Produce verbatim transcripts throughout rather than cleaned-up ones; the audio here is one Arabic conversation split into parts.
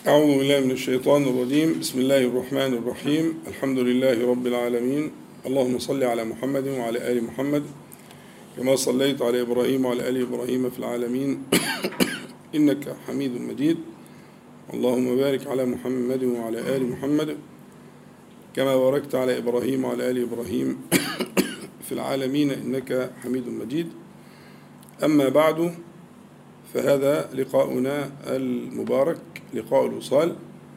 أعوذ بالله من الشيطان الرجيم. بسم الله الرحمن الرحيم. الحمد لله رب العالمين. اللهم صل على محمد وعلى آل محمد كما صليت على إبراهيم وعلى آل إبراهيم في العالمين إنك حميد مجيد. اللهم بارك على محمد وعلى آل محمد كما باركت على إبراهيم وعلى آل إبراهيم في العالمين إنك حميد مجيد. أما بعد، فهذا لقاؤنا المبارك، لقاء الوصال،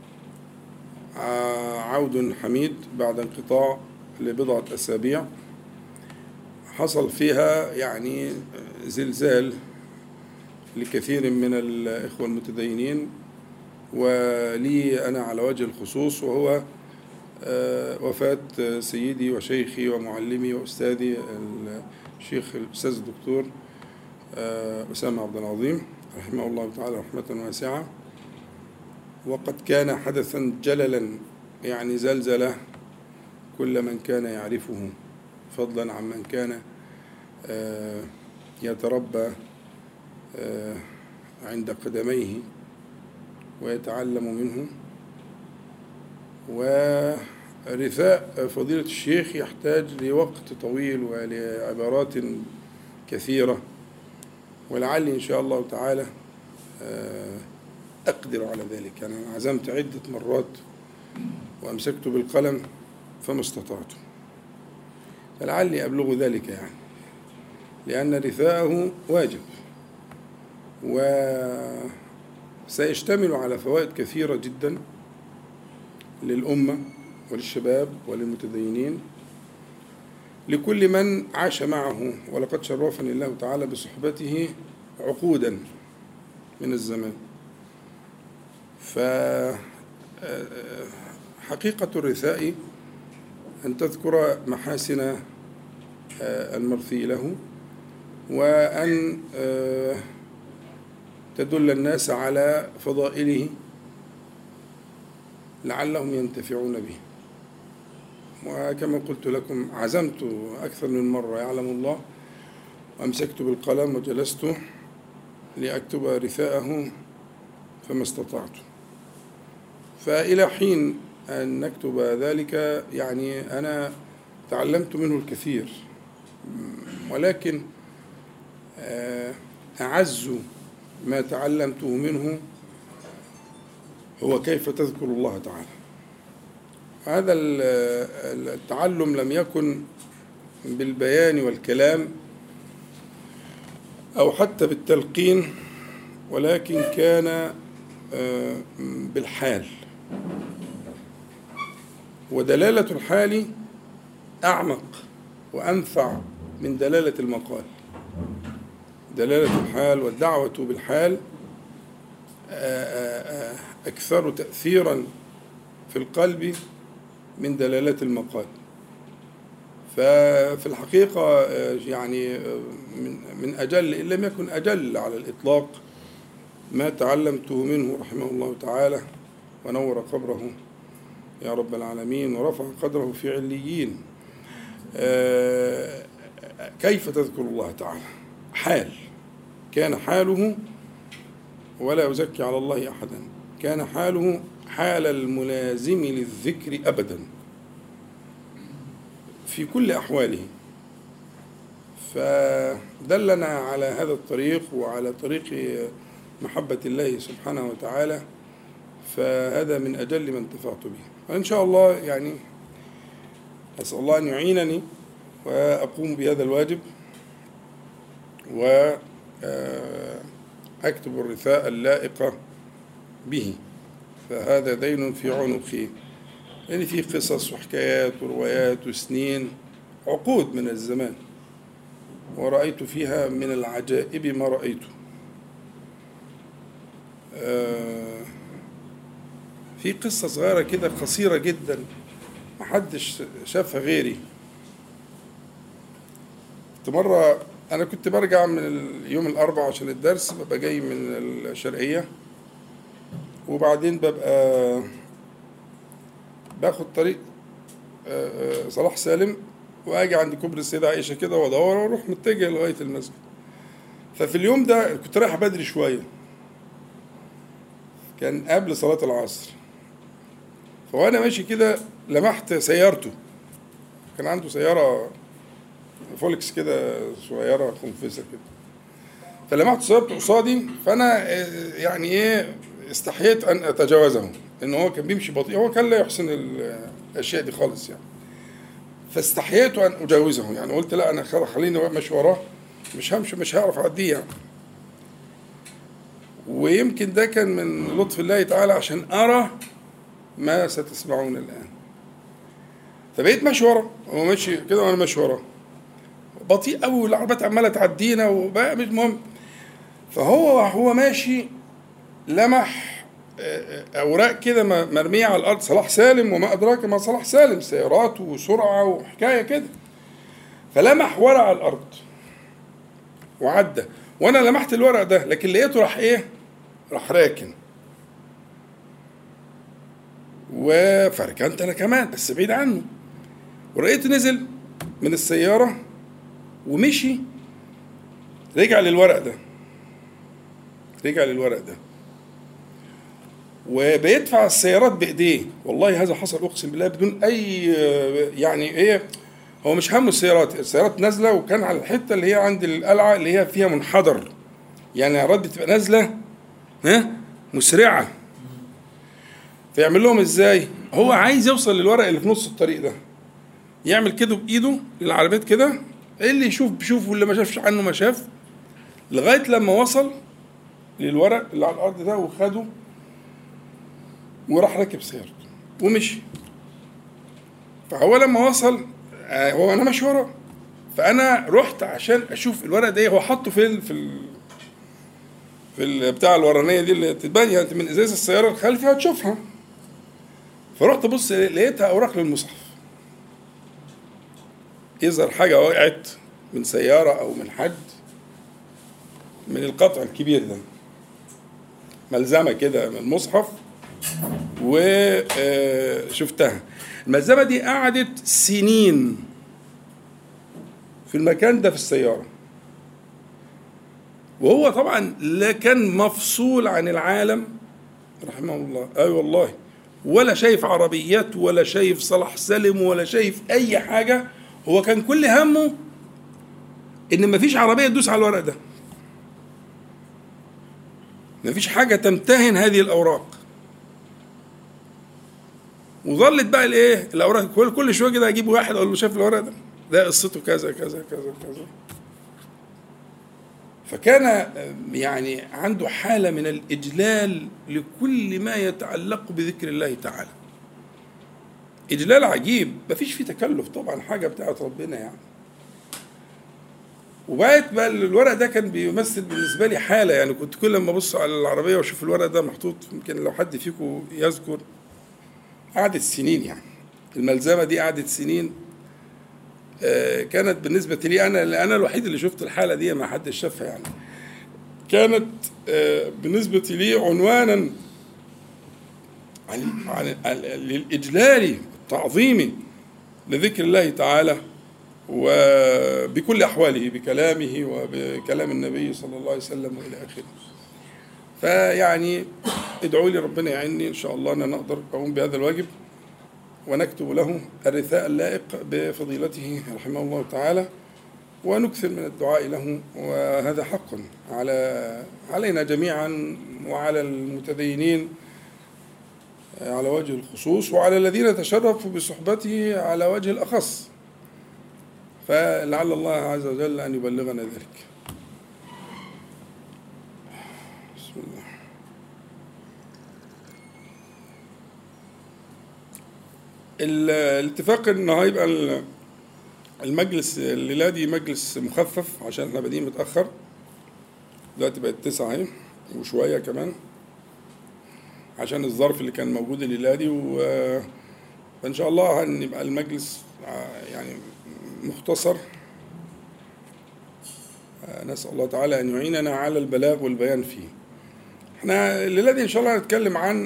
عود حميد بعد انقطاع لبضعة أسابيع حصل فيها يعني زلزال لكثير من الإخوة المتدينين، ولي أنا على وجه الخصوص، وهو وفاة سيدي وشيخي ومعلمي وأستاذي الشيخ الأستاذ الدكتور أسامة عبد العظيم رحمه الله تعالى رحمة واسعة. وقد كان حدثا جللا، يعني زلزلة كل من كان يعرفه، فضلا عن من كان يتربى عند قدميه ويتعلم منه. ورثاء فضيلة الشيخ يحتاج لوقت طويل ولعبارات كثيرة، ولعلي إن شاء الله تعالى أقدر على ذلك. يعني أنا عزمت عدة مرات وأمسكت بالقلم فما استطعت، فلعلي أبلغ ذلك، يعني لأن رثاءه واجب وسيشتمل على فوائد كثيرة جدا للأمة وللشباب وللمتدينين، لكل من عاش معه. ولقد شرفني الله تعالى بصحبته عقودا من الزمان. فحقيقة الرثاء أن تذكر محاسن المرثي له، وأن تدل الناس على فضائله لعلهم ينتفعون به. وكما قلت لكم عزمت أكثر من مرة يعلم الله، وأمسكت بالقلم وجلست لأكتب رثاءه فما استطعت. فإلى حين أن نكتب ذلك يعني أنا تعلمت منه الكثير، ولكن أعز ما تعلمته منه هو كيف تذكر الله تعالى. هذا التعلم لم يكن بالبيان والكلام أو حتى بالتلقين، ولكن كان بالحال، ودلالة الحال أعمق وأنفع من دلالة المقال. دلالة الحال والدعوة بالحال أكثر تأثيرا في القلب من دلالة المقال. ففي الحقيقة يعني من أجل إن لم يكن أجل على الإطلاق ما تعلمته منه رحمه الله تعالى، ونور قبره يا رب العالمين ورفع قدره في عليين. كيف تذكر الله تعالى؟ حال، كان حاله، ولا أزكي على الله أحدا، كان حاله حال الملازم للذكر أبدا في كل أحواله. فدلنا على هذا الطريق وعلى طريق محبة الله سبحانه وتعالى، فهذا من أجل ما انتفعت به. وإن شاء الله يعني أسأل الله أن يعينني وأقوم بهذا الواجب، وأكتب الرثاء اللائقة به، فهذا دين في عنقي. يعني في قصص وحكايات وروايات وسنين، عقود من الزمان، ورأيت فيها من العجائب ما رأيته. في قصة صغيرة كده قصيرة جدا محدش شافها غيري. مرة أنا كنت برجع من يوم الأربعاء عشان الدرس، ببقى جاي من الشرقية، وبعدين ببقى باخد طريق صلاح سالم، وأجي عند كوبري السيدة عائشة كده وأدور وأروح متجه لغاية المسجد. ففي اليوم ده كنت رايح بدري شوية، كان قبل صلاة العصر، فوانا ماشي كده لمحت سيارته، كان عنده سيارة فولكس كده صغيرة خنفسة كده، فلمحت سيارته قصادي، فأنا يعني إيه استحييت أن أتجاوزه، لأن هو كان بيمشي بطيء، هو كان لا يحسن الأشياء دي خالص يعني، فاستحييت أن أجاوزه، يعني قلت لا أنا خليني ماشي وراه، مش همشي مش هعرف أعديه يعني. ويمكن ده كان من لطف الله تعالى عشان أرى ما ستسمعون الآن. فبقيت ماشي وراه، هو ماشي كده وأنا ماشي وراه بطيء قوي، والعربيات عمالة تعدينا وبقى مش مهم. فهو هو ماشي لمح أوراق كده مرمية على الأرض، صلاح سالم وما أدراك ما صلاح سالم، سيارات وسرعة وحكاية كده، فلمح ورق على الأرض وعدى، وأنا لمحت الورق ده، لكن لقيته راح إيه؟ راح راكن، وفركنت أنا كمان بس بعيد عنه، ورأيته نزل من السيارة ومشي، رجع للورق ده رجع للورق ده وبيدفع السيارات بإيديه. والله هذا حصل أقسم بالله بدون أي يعني إيه، هو مش همه السيارات، السيارات نازلة، وكان على الحتة اللي هي عند القلعة اللي هي فيها منحدر، يعني العربيات بتبقى نازلة ها مسرعة، فيعمل لهم إزاي؟ هو عايز يوصل للورق اللي في نص الطريق ده، يعمل كده بإيده للعربيات كده، اللي يشوف بيشوف واللي ما شافش عنه ما شاف، لغاية لما وصل للورق اللي على الأرض ده وخده وراح راكب سيارته ومشي. فهو لما وصل هو أنا ماشي وراه، فأنا رحت عشان أشوف الورق ده هو حطه في ال في ال في البتاع الورانية دي اللي تتبان يعني من إزاز السيارة الخلفي هتشوفها. فرحت بص لقيتها أوراق للمصحف، يظهر حاجة وقعت من سيارة أو من حد من القطع الكبير ده، ملزمة كده من المصحف، وشفتها. الملزمة دي قعدت سنين في المكان ده في السيارة، وهو طبعا لا كان مفصول عن العالم رحمه الله، أي أيوة والله، ولا شايف عربيات ولا شايف صلاح سالم ولا شايف أي حاجة، هو كان كل همه إن مفيش عربية تدوس على الورق ده، مفيش حاجة تمتهن هذه الأوراق. وظلت بقى الايه الاوراق كل كل شويه كده اجيب واحد اقول له شايف الورق ده ده قصته كذا كذا كذا كذا. فكان يعني عنده حاله من الاجلال لكل ما يتعلق بذكر الله تعالى، اجلال عجيب، مفيش فيه تكلف طبعا، حاجه بتاعت ربنا يعني. وبقيت بقى الورق ده كان بيمثل بالنسبه لي حاله، يعني كنت كل ما ابص على العربيه واشوف الورق ده محطوط، يمكن لو حد فيكم يذكر قعدت سنين، يعني الملزمة دي قعدت سنين. آه كانت بالنسبة لي أنا أنا الوحيد اللي شفت الحالة دي، ما حد شافها يعني. كانت آه بالنسبة لي عنوانا عن عن للإجلال التعظيمي لذكر الله تعالى وبكل أحواله، بكلامه وبكلام النبي صلى الله عليه وسلم وإلى آخره. فيعني ادعوا لي ربنا يعيني إن شاء الله أن أنا أقدر أقوم بهذا الواجب، ونكتب له الرثاء اللائق بفضيلته رحمه الله تعالى، ونكثر من الدعاء له. وهذا حق على علينا جميعا، وعلى المتدينين على وجه الخصوص، وعلى الذين تشرفوا بصحبته على وجه الأخص، فلعل الله عز وجل أن يبلغنا ذلك. بسم الله. الاتفاق انه هيبقى المجلس الليله دي مجلس مخفف، عشان احنا بادئين متاخر، دلوقتي بقت تسعة اهي وشويه كمان، عشان الظرف اللي كان موجود الليله دي، وان شاء الله هنبقى المجلس يعني مختصر. نسال الله تعالى ان يعيننا على البلاغ والبيان فيه. احنا الليله دي ان شاء الله هنتكلم عن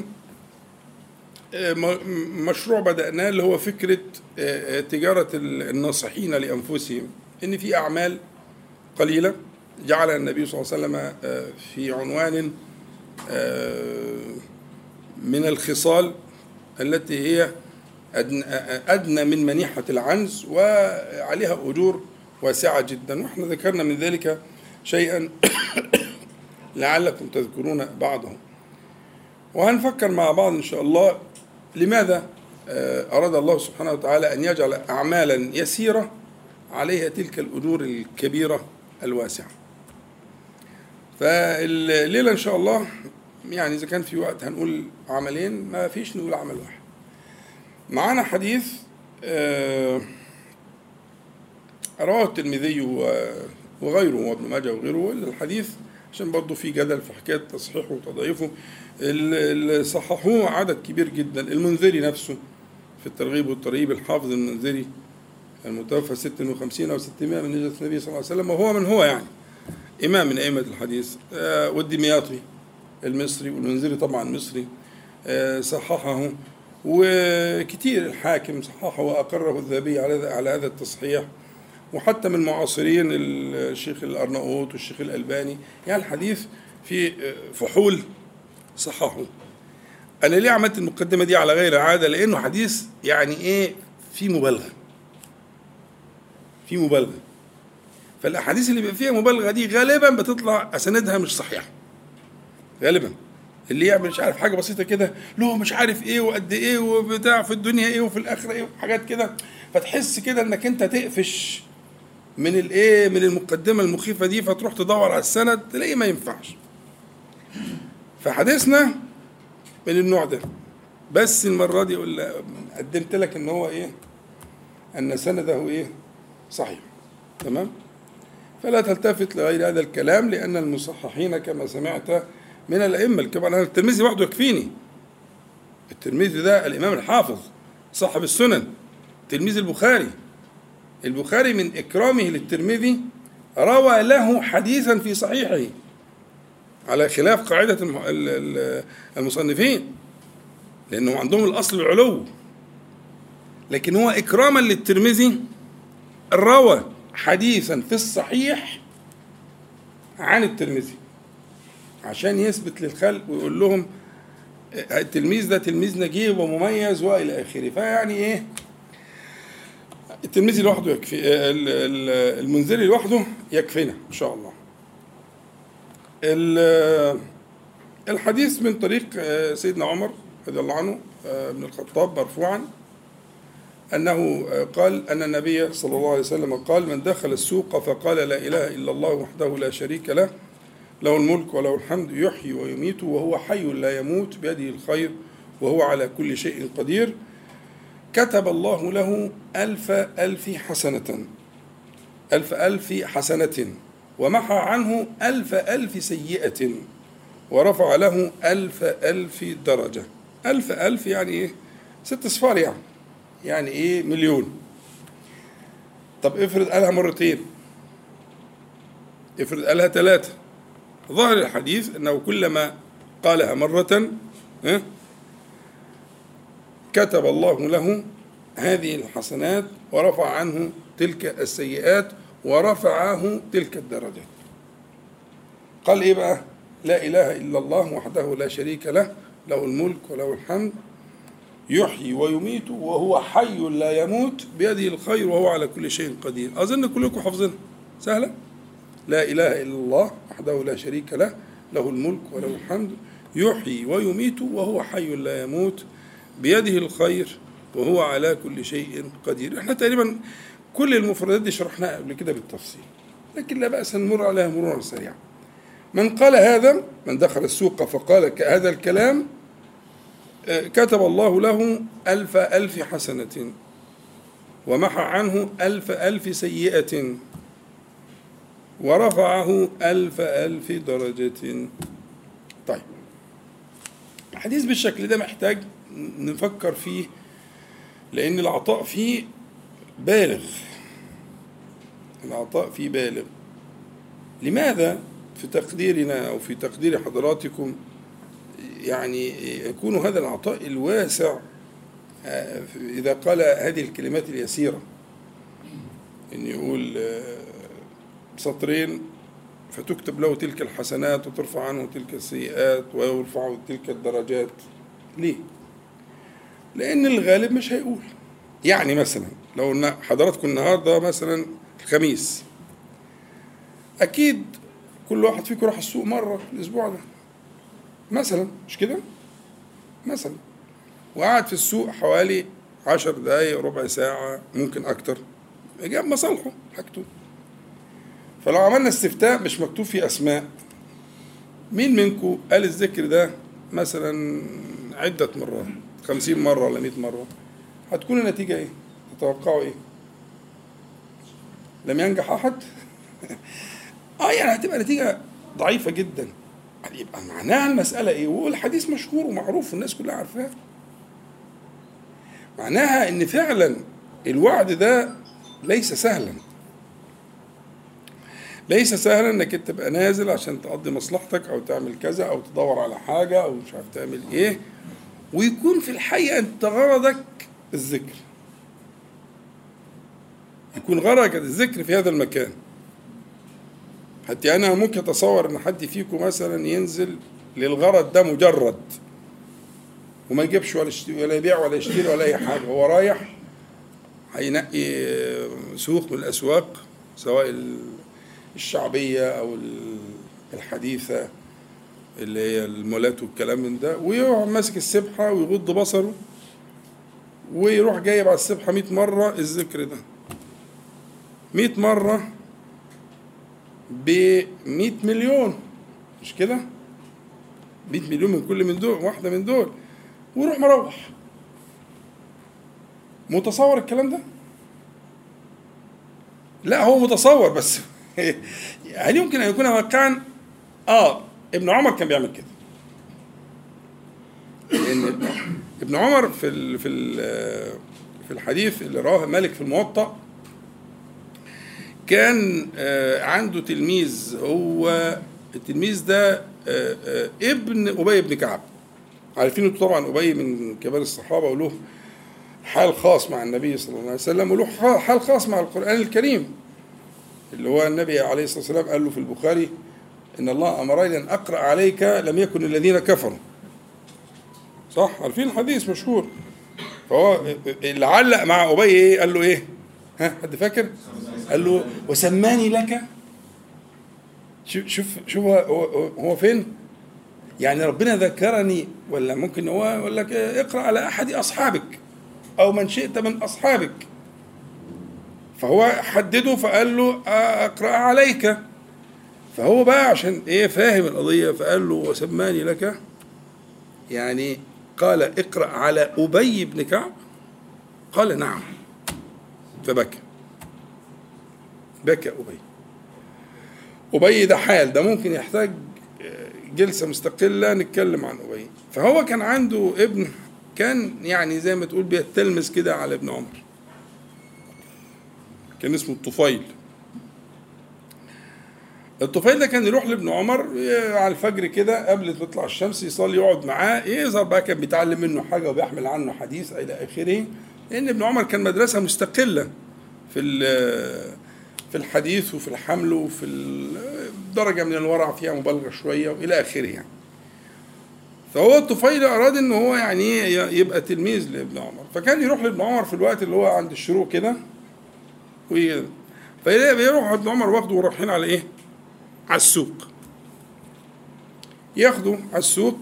مشروع بدأناه، اللي هو فكرة تجارة الناصحين لأنفسهم، إن في أعمال قليلة جعلها النبي صلى الله عليه وسلم في عنوان من الخصال التي هي أدنى من منيحة العنز وعليها أجور واسعة جدا، وإحنا ذكرنا من ذلك شيئا لعلكم تذكرون بعضه. وهنفكر مع بعض إن شاء الله لماذا أراد الله سبحانه وتعالى أن يجعل أعمالا يسيرة عليها تلك الأجور الكبيرة الواسعة. فالليلة إن شاء الله يعني إذا كان في وقت هنقول عملين، ما فيش نقول عمل واحد. معنا حديث رواه الترمذي وغيره وابن ماجه وغيره. الحديث عشان برضه في جدل في حكاية تصحيحه وتضعيفه، اللي صححوه عدد كبير جدا. المنذري نفسه في الترغيب والترهيب، الحافظ المنذري المتوفى ستة وخمسين أو ستمائة من هجرة النبي صلى الله عليه وسلم، وهو من هو يعني إمام من أئمة الحديث. والدمياطي المصري، والمنذري طبعا مصري صححه، وكتير الحاكم صححه وأقره الذهبي على على هذا التصحيح، وحتى من المعاصرين الشيخ الأرناؤوط والشيخ الألباني. يعني الحديث في فحول صححه. أنا ليه عملت المقدمة دي على غير عادة؟ لأنه حديث يعني إيه، في مبالغة في مبالغة فالأحاديث اللي بيبقى فيها مبالغة دي غالبا بتطلع أسندها مش صحيحة. غالبا اللي يعمل مش عارف حاجة بسيطة كده، له مش عارف إيه وقد إيه وبتاع في الدنيا إيه وفي الآخرة إيه حاجات كده، فتحس كده إنك أنت تقفش من الإيه من المقدمة المخيفة دي، فتروح تدور على السند تلاقيه ما ينفعش. فحديثنا من النوع ده، بس المرة دي قدمت لك إن هو إيه، أن سنده إيه صحيح. تمام؟ فلا تلتفت لغير هذا الكلام، لأن المصححين كما سمعت من الأئمة الكبار. أنا الترمذي وحده يكفيني. الترمذي ده الإمام الحافظ صاحب السنن، تلميذ البخاري. البخاري من إكرامه للترمذي روى له حديثا في صحيحه، على خلاف قاعدة المصنفين، لأنه عندهم الأصل العلو. لكن هو إكراما للترمذي روى حديثا في الصحيح عن الترمذي، عشان يثبت للخلق ويقول لهم التلميذ ده تلميذ نجيب ومميز وإلى آخره. فيعني إيه، التلميذ لوحده يكفي، المنذري لوحده يكفينا إن شاء الله. الحديث من طريق سيدنا عمر رضي الله عنه بن الخطاب مرفوعا أنه قال أن النبي صلى الله عليه وسلم قال: من دخل السوق فقال لا إله إلا الله وحده لا شريك له له الملك وله الحمد يحيي ويميت وهو حي لا يموت بيده الخير وهو على كل شيء قدير، كتب الله له ألف ألف حسنة ألف ألف حسنة ومحى عنه ألف ألف سيئة ورفع له ألف ألف درجة. ألف ألف يعني إيه؟ ست صفار يعني يعني إيه مليون. طب افرض قالها مرتين، افرض قالها ثلاثة. ظاهر الحديث أنه كلما قالها مرة كتب الله له هذه الحسنات ورفع عنه تلك السيئات ورفعه تلك الدرجات. قال إيه بقى؟ لا إله إلا الله وحده لا شريك له له الملك وله الحمد يحيي ويميت وهو حي لا يموت بيده الخير وهو على كل شيء قدير. أظن كلكم حافظينها، سهلة. لا إله إلا الله وحده لا شريك له له الملك وله الحمد يحيي ويميت وهو حي لا يموت بيده الخير وهو على كل شيء قدير. احنا تقريبا كل المفردات دي شرحناها قبل كده بالتفصيل، لكن لا بأس نمر عليها مرورا سريعا. من قال هذا، من دخل السوق فقال هذا الكلام، كتب الله له ألف ألف حسنة ومحى عنه ألف ألف سيئة ورفعه ألف ألف درجة. طيب، الحديث بالشكل ده محتاج نفكر فيه، لأن العطاء فيه بالغ، العطاء فيه بالغ. لماذا في تقديرنا أو في تقدير حضراتكم يعني يكون هذا العطاء الواسع إذا قال هذه الكلمات اليسيرة، إن يقول سطرين فتكتب له تلك الحسنات وترفع عنه تلك السيئات ويرفع تلك الدرجات؟ ليه؟ لأن الغالب مش هيقول. يعني مثلا لو إن حضراتكم النهارده مثلا الخميس، أكيد كل واحد فيكم راح السوق مرة في الأسبوع ده مثلا، مش كده؟ مثلا وقعد في السوق حوالي عشر دقايق ربع ساعة ممكن أكتر، جاب مصالحه حاجته. فلو عملنا استفتاء مش مكتوب فيه أسماء، مين منكم قال الذكر ده مثلا عدة مرات، خمسين مرة ولا مئة مرة، هتكون النتيجة إيه؟ تتوقعوا إيه؟ لم ينجح أحد؟ آه يعني هتبقى نتيجة ضعيفة جدا. يبقى معناها المسألة إيه؟ والحديث مشهور ومعروف والناس كلها عارفاه. معناها إن فعلا الوعد ده ليس سهلا، ليس سهلا انك تبقى نازل عشان تقضي مصلحتك او تعمل كذا او تدور على حاجة او مش عارف تعمل ايه، ويكون في الحقيقة انت غرضك الذكر، يكون غرضك الذكر في هذا المكان. حتى انا ممكن اتصور ان حد فيكم مثلا ينزل للغرض ده مجرد وما يجيبش ولا يشتري ولا يبيع ولا يشتري ولا اي حاجة، هو رايح هينقي سوق من الاسواق سواء الشعبية أو الحديثة اللي هي المولات والكلام من ده، ويروح ماسك السبحة ويغض بصره ويروح جايب على السبحة مئة مرة الذكر ده، مئة مرة بمئة مليون، مش كده؟ مئة مليون من كل من دول واحدة من دول، ويروح مروح. متصور الكلام ده؟ لا هو متصور بس هل يمكن أن يكون واقعا؟ آه ابن عمر كان بيعمل كده. لأن ابن عمر في ال في ال في الحديث اللي رواه مالك في الموطأ كان عنده تلميذ، هو التلميذ ده ابن أبي بن كعب. عارفين طبعا أبي من كبار الصحابة وله حال خاص مع النبي صلى الله عليه وسلم وله حال خاص مع القرآن الكريم، اللي هو النبي عليه الصلاة والسلام قال له في البخاري إن الله أمرني أن أقرأ عليك لم يكن الذين كفروا. صح؟ عارفين الحديث مشهور. فهو اللي علق مع أبي إيه؟ قال له إيه؟ ها حد فاكر؟ قال له وسماني لك. شوف شوف شوف هو, هو فين؟ يعني ربنا ذكرني، ولا ممكن هو يقول لك اقرأ على أحد أصحابك أو من شئت من أصحابك. فهو حدده فقال له أقرأ عليك، فهو بقى عشان إيه فاهم القضية فقال له وسماني لك، يعني قال اقرأ على أبي بن كعب، قال نعم، فبكى بكى أبي. أبي ده حال ده ممكن يحتاج جلسة مستقلة نتكلم عن أبي. فهو كان عنده ابن كان يعني زي ما تقول بيتلمس كده على ابن عمر، كان اسمه الطفيل. الطفيل ده كان يروح لابن عمر على الفجر كده قبل ما تطلع الشمس يصلي، يقعد معاه يظهر بقى كان بيتعلم منه حاجة وبيحمل عنه حديث إلى آخره، لأن ابن عمر كان مدرسة مستقلة في في الحديث وفي الحمل وفي درجة من الورع فيها مبالغة شوية وإلى آخره يعني. فهو الطفيل أراد إن هو يعني يبقى تلميذ لابن عمر، فكان يروح لابن عمر في الوقت اللي هو عند الشروق كده، فيروح ابن عمر واخده ورايحين على إيه؟ على السوق. ياخده على السوق،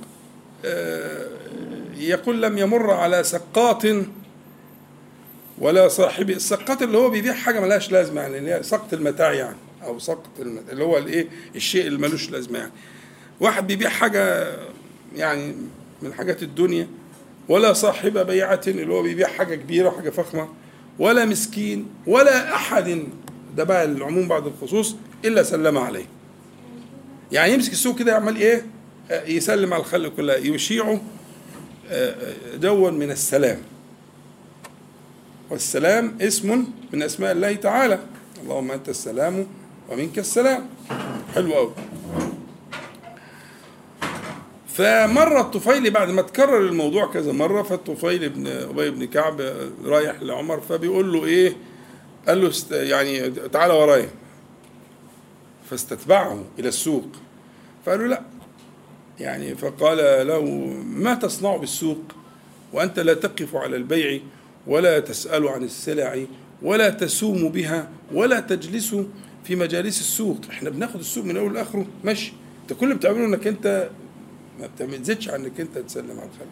يقول لم يمر على سقاط ولا صاحب السقاط اللي هو بيبيع حاجة ملهاش لازمة، يعني اللي هي سقط المتاع يعني، أو سقط اللي هو الإيه الشيء اللي ملوش لازمة يعني. واحد بيبيع حاجة يعني من حاجات الدنيا، ولا صاحب بيعة اللي هو بيبيع حاجة كبيرة وحاجة فخمة، ولا مسكين ولا أحد، ده بقى العموم بعد الخصوص، إلا سلم عليه. يعني يمسك السوق كده يعمل إيه؟ يسلم على الخلق كلها، يشيعه جوا من السلام. والسلام اسم من أسماء الله تعالى، اللهم أنت السلام ومنك السلام. حلو قوي. فمرة الطفيل بعد ما تكرر الموضوع كذا مرة، فالطفيل ابن أبي بن كعب رايح لعمر فبيقول له إيه؟ قال له يعني تعالى ورايا، فاستتبعه إلى السوق. فقال له لا، يعني فقال له: ما تصنع بالسوق وأنت لا تقف على البيع ولا تسأل عن السلع ولا تسوم بها ولا تجلس في مجالس السوق؟ احنا بناخد السوق من أول لآخره ماشي، انت كل اللي بتعمله انك انت ما بتزيدش عن انك انت تسلم على الخلق.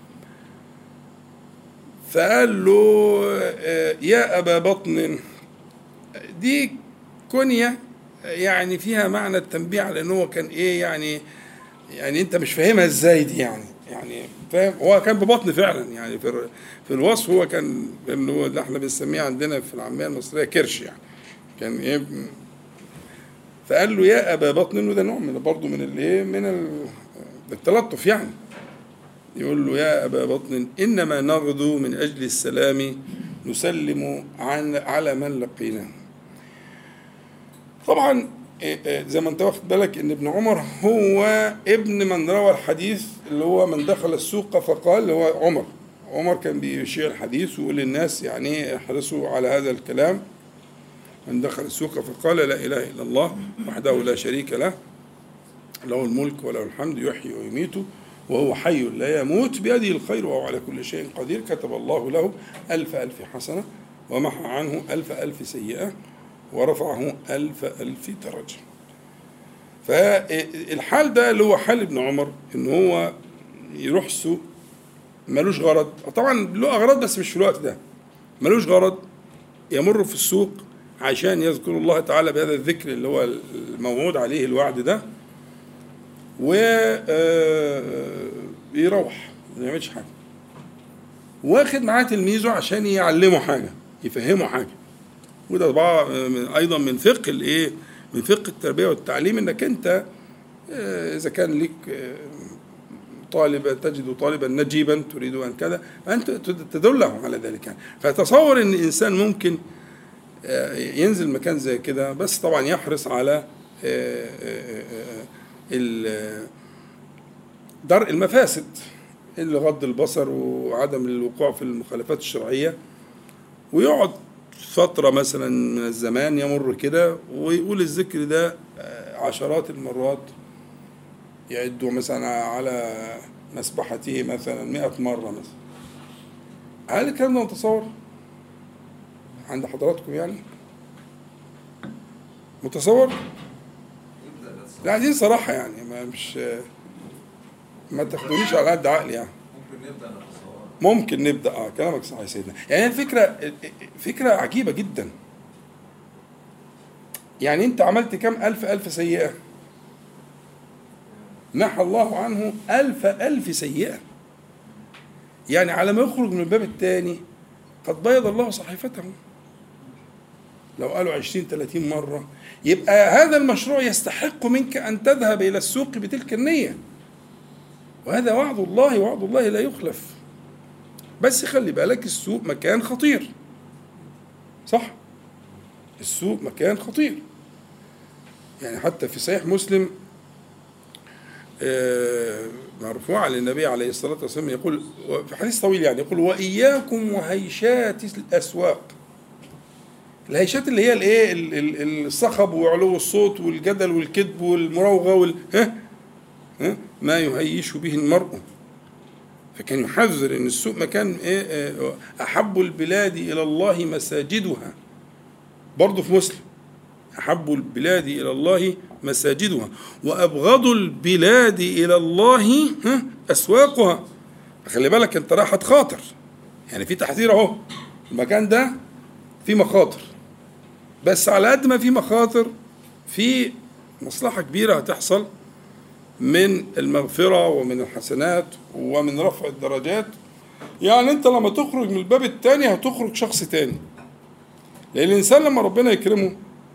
فقال له: يا أبا بطن، دي كنية يعني فيها معنى التنبيه على انه هو كان ايه يعني يعني انت مش فاهمها ازاي دي يعني يعني فاهم، هو كان ببطن فعلا يعني في في الوصف، هو كان انه اللي احنا بنسميه عندنا في العاميه المصريه كرش يعني كان ايه. فقال له: يا ابا بطن، وده نوع من برضه من الايه من التلطف يعني، يقول له: يا ابا بطن انما نغدو من اجل السلام نسلم عن على من لقيناه. طبعا زي ما انت واخد بالك ان ابن عمر هو ابن من روى الحديث اللي هو من دخل السوق فقال، اللي هو عمر. عمر كان بيشيع الحديث ويقول للناس يعني احرصوا على هذا الكلام: من دخل السوق فقال لا اله الا الله وحده لا شريك له له الملك وله الحمد يحيي ويميت وهو حي لا يموت بيده الخير وهو على كل شيء قدير، كتب الله له ألف ألف حسنة ومحى عنه ألف ألف سيئة ورفعه ألف ألف درجة. فالحال ده اللي هو حال ابن عمر، إن هو يروح السوق ملوش غرض، طبعا له أغراض بس مش في الوقت ده، ملوش غرض، يمر في السوق عشان يذكر الله تعالى بهذا الذكر اللي هو الموعود عليه الوعد ده، ويروح ما يعملش حاجة، واخد معاه تلميذه عشان يعلمه حاجة يفهمه حاجة. وده طبعا ايضا من فقه الايه من فقه التربيه والتعليم، انك انت اذا كان لك طالب تجد طالبا نجيبا تريد ان كذا انت تدله على ذلك يعني. فتصور ان الانسان ممكن ينزل مكان زي كده، بس طبعا يحرص على درء المفاسد اللي غض البصر وعدم الوقوع في المخالفات الشرعيه، ويقعد فترة مثلا من الزمان يمر كده ويقول الذكر ده عشرات المرات، يعدوا مثلا على مسبحته مثلا مئة مرة مثلا. هل الكلام ده متصور عند حضراتكم يعني؟ متصور؟ لا عايزين صراحة يعني، ما مش ما تاخدونيش على قد عقلي يعني. ممكن نبدأ نتصور. ممكن نبدأ اه كلامك صح يا سيدنا. يعني الفكرة فكرة عجيبة جدا. يعني انت عملت كم ألف ألف سيئة؟ محى الله عنه ألف ألف سيئة. يعني على ما يخرج من الباب الثاني قد بيض الله صحيفته. لو قالوا عشرين ثلاثين مرة يبقى هذا المشروع يستحق منك أن تذهب إلى السوق بتلك النية، وهذا وعد الله، وعد الله لا يخلف. بس خلي بالك السوق مكان خطير، صح؟ السوق مكان خطير. يعني حتى في صحيح مسلم مرفوع للنبي عليه الصلاة والسلام يقول في حديث طويل يعني، يقول: وإياكم وهيشات الأسواق. الهيشات اللي هي الايه الصخب وعلو الصوت والجدل والكذب والمراوغة وال ها ها ما يهيش به المرء. فكان يحذر ان السوق مكان ايه احب البلاد الى الله مساجدها. برضه في مسلم: احب البلاد الى الله مساجدها وابغض البلاد الى الله اسواقها. فخلي بالك انت رايح تخاطر، يعني في تحذير اهو، المكان ده في مخاطر، بس على قد ما في مخاطر في مصلحة كبيرة هتحصل من المغفرة ومن الحسنات ومن رفع الدرجات. يعني انت لما تخرج من الباب الثاني هتخرج شخص تاني، لأن الإنسان لما ربنا يكرمه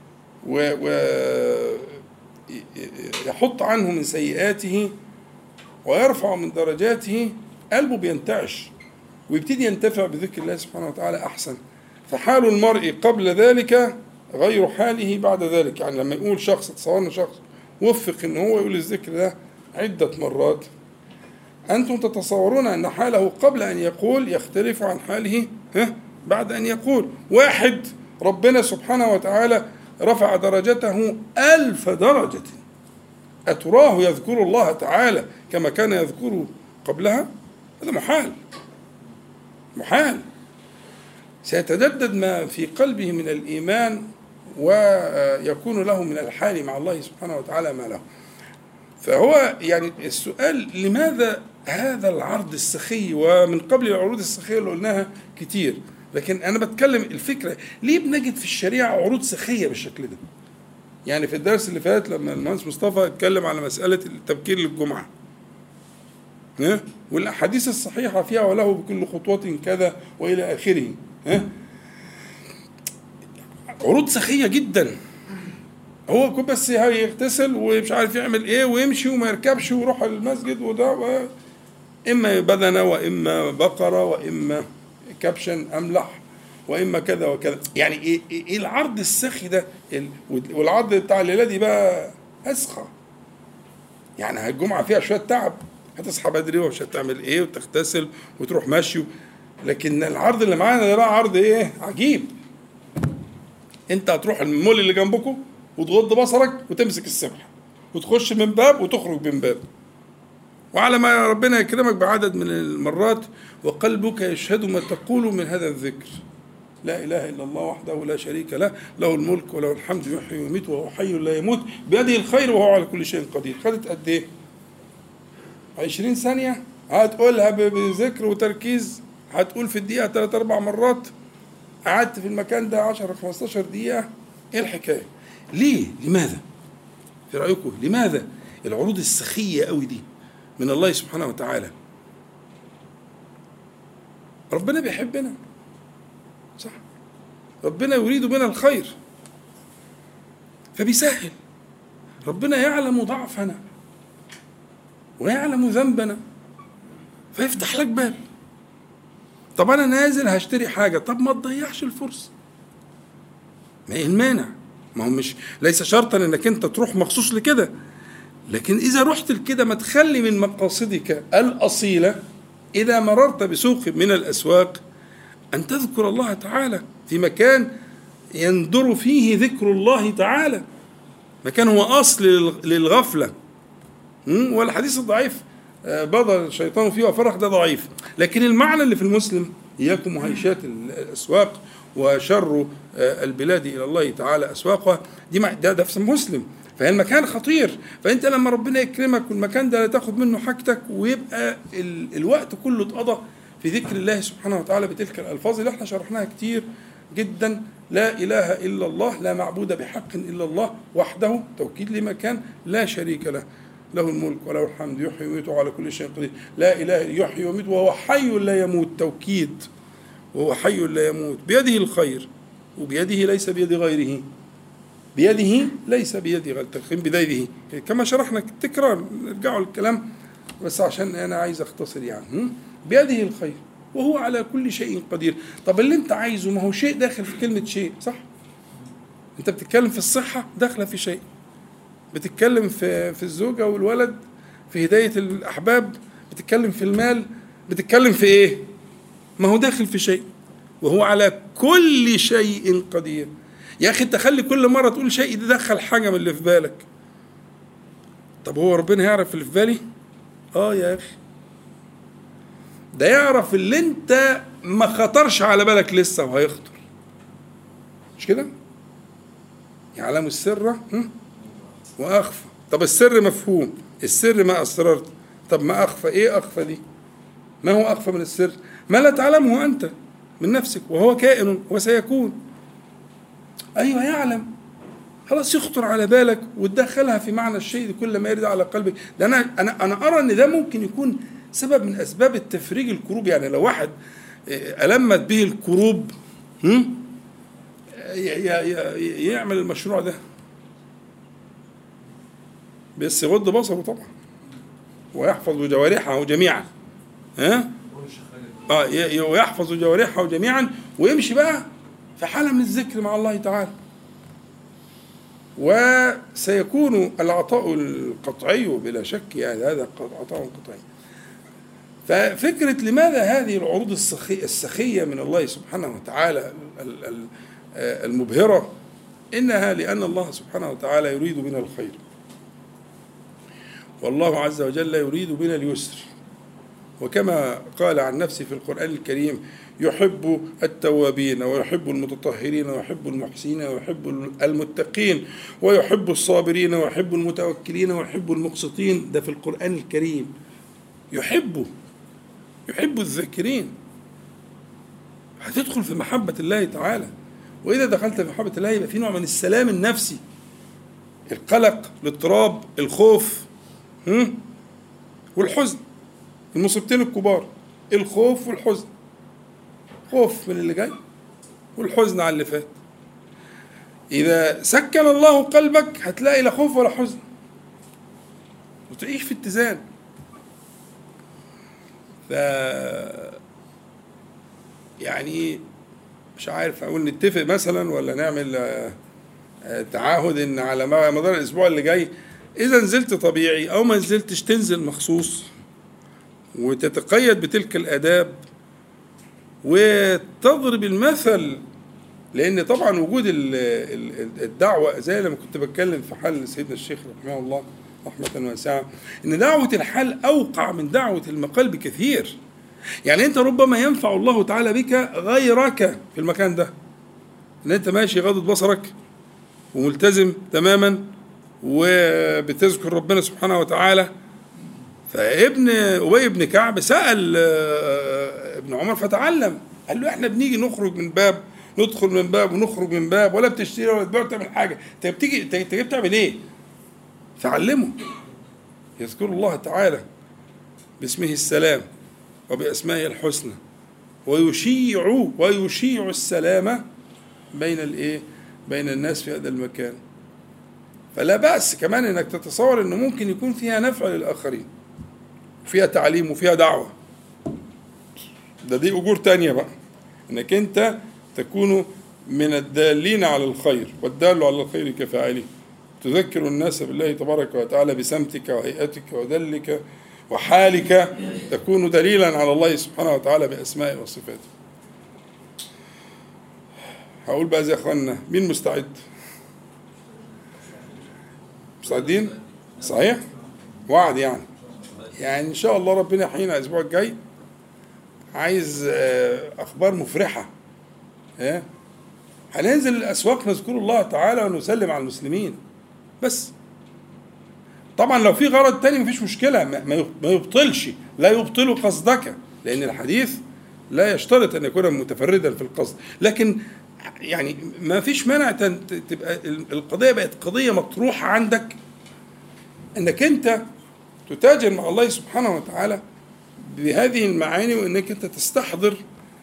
ويحط عنه من سيئاته ويرفع من درجاته قلبه بينتعش ويبتدي ينتفع بذكر الله سبحانه وتعالى أحسن. فحال المرء قبل ذلك غير حاله بعد ذلك. يعني لما يقول شخص، تصورنا شخص وفق ان هو يقول الذكر ده عدة مرات، أنتم تتصورون أن حاله قبل أن يقول يختلف عن حاله بعد أن يقول. واحد ربنا سبحانه وتعالى رفع درجته ألف درجة أتراه يذكر الله تعالى كما كان يذكره قبلها؟ هذا محال محال. سيتجدد ما في قلبه من الإيمان ويكون له من الحال مع الله سبحانه وتعالى ما له. فهو يعني السؤال لماذا هذا العرض السخي؟ ومن قبل العروض السخية اللي قلناها كتير، لكن أنا بتكلم الفكرة ليه بنجد في الشريعة عروض سخية بالشكل ده؟ يعني في الدرس اللي فات لما المهندس مصطفى اتكلم على مسألة التبكير للجمعة ها، والأحاديث الصحيحة فيها وله بكل خطوة كذا وإلى آخره ها، عروض سخية جدا. هو بس يغتسل ومش عارف يعمل ايه ويمشي وما يركبش ويروح المسجد وده، اما بدنه واما بقره واما كبشا املح واما كذا وكذا. يعني ايه, إيه العرض السخي ده؟ والعرض بتاع الليله دي بقى اسخى. يعني الجمعه فيها شويه تعب، هتصحى بدري ومش هتعمل ايه وتغتسل وتروح ماشي، لكن العرض اللي معانا ده بقى عرض ايه عجيب. انت هتروح المول اللي جنبكم وتغض بصرك وتمسك السبحة وتخش من باب وتخرج من باب، وعلى ما ربنا يكرمك بعدد من المرات وقلبك يشهد ما تقول من هذا الذكر: لا إله إلا الله وحده لا شريك له، له الملك وله الحمد يحيي ويميت وهو حي لا يموت بيده الخير وهو على كل شيء قدير. خدت قد ايه؟ عشرين ثانية هتقولها بذكر وتركيز، هتقول في الدقيقة ثلاث أربع مرات، قعدت في المكان ده عشرة خمستاشر دقيقة. ايه الحكاية؟ ليه؟ لماذا؟ في رأيكم لماذا العروض السخية قوي دي من الله سبحانه وتعالى؟ ربنا بيحبنا صح، ربنا يريد بنا الخير فبيسهل. ربنا يعلم ضعفنا ويعلم ذنبنا فيفتح لك باب. طب أنا نازل هشتري حاجة، طب ما تضيعش الفرصة، ما إيه المانع؟ ما هو مش ليس شرطا انك انت تروح مخصوص لكده، لكن اذا رحت لكده ما تخلي من مقاصدك الاصيله اذا مررت بسوق من الاسواق ان تذكر الله تعالى في مكان يندر فيه ذكر الله تعالى، مكان هو اصل للغفله. والحديث الضعيف بضل الشيطان فيه وفرح ده ضعيف، لكن المعنى اللي في المسلم: اياكم وهيشات الاسواق وشر البلاد إلى الله تعالى أسواقها، دي ده, ده في مسلم. فهي المكان خطير، فأنت لما ربنا يكرمك والمكان ده لا تاخد منه حاجتك ويبقى ال الوقت كله اتقضى في ذكر الله سبحانه وتعالى بتلك الألفاظ اللي احنا شرحناها كتير جدا: لا إله إلا الله، لا معبود بحق إلا الله وحده، توكيد لمكان لا شريك له، له الملك وله الحمد يحيي ويميت على كل شيء قدير. لا إله يحيي ويميت وهو حي لا يموت، توكيد، وهو حي لا يموت بيده الخير وبيده ليس بيد غيره، بيده ليس بيد غيره، تقيم بيده كما شرحنا تكرار، نرجعوا للكلام بس عشان أنا عايز أختصر. يعني بيده الخير وهو على كل شيء قدير. طب اللي أنت عايزه ما هو شيء داخل في كلمة شيء صح؟ أنت بتتكلم في الصحة داخلة في شيء، بتتكلم في في الزوجة والولد، في هداية الأحباب، بتتكلم في المال، بتتكلم في إيه؟ ما هو داخل في شيء وهو على كل شيء قدير. يا أخي أنت خلي كل مرة تقول شيء تدخل حاجة من اللي في بالك. طب هو ربنا يعرف اللي في بالي؟ آه يا أخي، ده يعرف اللي أنت ما خطرش على بالك لسه وهيخطر، مش كده؟ يعلم السر وأخفى. طب السر مفهوم، السر ما أسررت، طب ما أخفى، إيه أخفى دي؟ ما هو أخفى من السر؟ ما لا تعلمه أنت من نفسك وهو كائن وسيكون. أيوة يعلم، خلاص يخطر على بالك وتدخلها في معنى الشيء كل ما يرد على قلبك. ده أنا أنا أنا أرى إن ده ممكن يكون سبب من أسباب التفريج الكروب. يعني لو واحد ألمت به الكروب يعمل المشروع ده بس يغض بصره طبعا ويحفظ جوارحه جميعا، ها اه ويحفظ جوارحه جميعا ويمشي بقى في حالة من الذكر مع الله تعالى، وسيكون العطاء القطعي بلا شك. يعني هذا عطاء قطعي. ففكرة لماذا هذه العروض السخية من الله سبحانه وتعالى المبهرة؟ إنها لأن الله سبحانه وتعالى يريد بنا الخير، والله عز وجل يريد بنا اليسر. وكما قال عن نفسه في القرآن الكريم: يحب التوابين ويحب المتطهرين ويحب المحسنين ويحب المتقين ويحب الصابرين ويحب المتوكلين ويحب المقسطين. ده في القرآن الكريم. يحبه، يحب الذاكرين. هتدخل في محبة الله تعالى. وإذا دخلت في محبة الله يبقى في نوع من السلام النفسي، القلق، الاضطراب، الخوف والحزن. المصيبتين الكبار: الخوف والحزن. خوف من اللي جاي والحزن على اللي فات. إذا سكن الله قلبك هتلاقي لا خوف ولا حزن، وتعيش في اتزان. ف يعني مش عارف أقول نتفق مثلا ولا نعمل تعاهد إن على مدار الأسبوع اللي جاي إذا نزلت طبيعي أو ما نزلتش تنزل مخصوص وتتقيد بتلك الآداب وتضرب المثل. لأن طبعا وجود الدعوة زي لما كنت بتكلم في حال سيدنا الشيخ رحمه الله رحمة واسعة، إن دعوة الحال أوقع من دعوة المقال بكثير. يعني أنت ربما ينفع الله تعالى بك غيرك في المكان ده، إن أنت ماشي غضض بصرك وملتزم تماما وبتذكر ربنا سبحانه وتعالى. فابن أبي بن كعب سأل ابن عمر فتعلم، قال له: احنا بنيجي نخرج من باب، ندخل من باب ونخرج من باب، ولا بتشتري ولا تبيع ولا تعمل حاجة. انت بتيجي انت بتعمل ايه؟ فعلمه يذكر الله تعالى باسمه السلام وبأسمائه الحسنى، ويشيع ويشيع السلام بين الايه؟ بين الناس في هذا المكان. فلا بأس كمان انك تتصور انه ممكن يكون فيها نفع للآخرين، وفيها تعليم وفيها دعوة. ده دي أجور تانية بقى، انك انت تكون من الدالين على الخير، والدال على الخير كفاعله. تذكر الناس بالله تبارك وتعالى بسمتك وهيئتك وذلك وحالك، تكون دليلا على الله سبحانه وتعالى بأسمائه وصفاته. هقول بقى زي اخواننا: مين مستعد؟ مستعدين؟ صحيح؟ وعد يعني يعني ان شاء الله ربنا يحيينا الاسبوع الجاي. عايز اخبار مفرحه. ها هننزل الاسواق نذكر الله تعالى ونسلم على المسلمين بس. طبعا لو في غرض تاني مفيش مشكله، ما يبطلش، لا يبطل قصدك، لان الحديث لا يشترط ان يكون متفردا في القصد. لكن يعني ما فيش مانع تبقى القضيه بقت قضيه مطروحه عندك، انك انت تتاجر مع الله سبحانه وتعالى بهذه المعاني، وانك انت تستحضر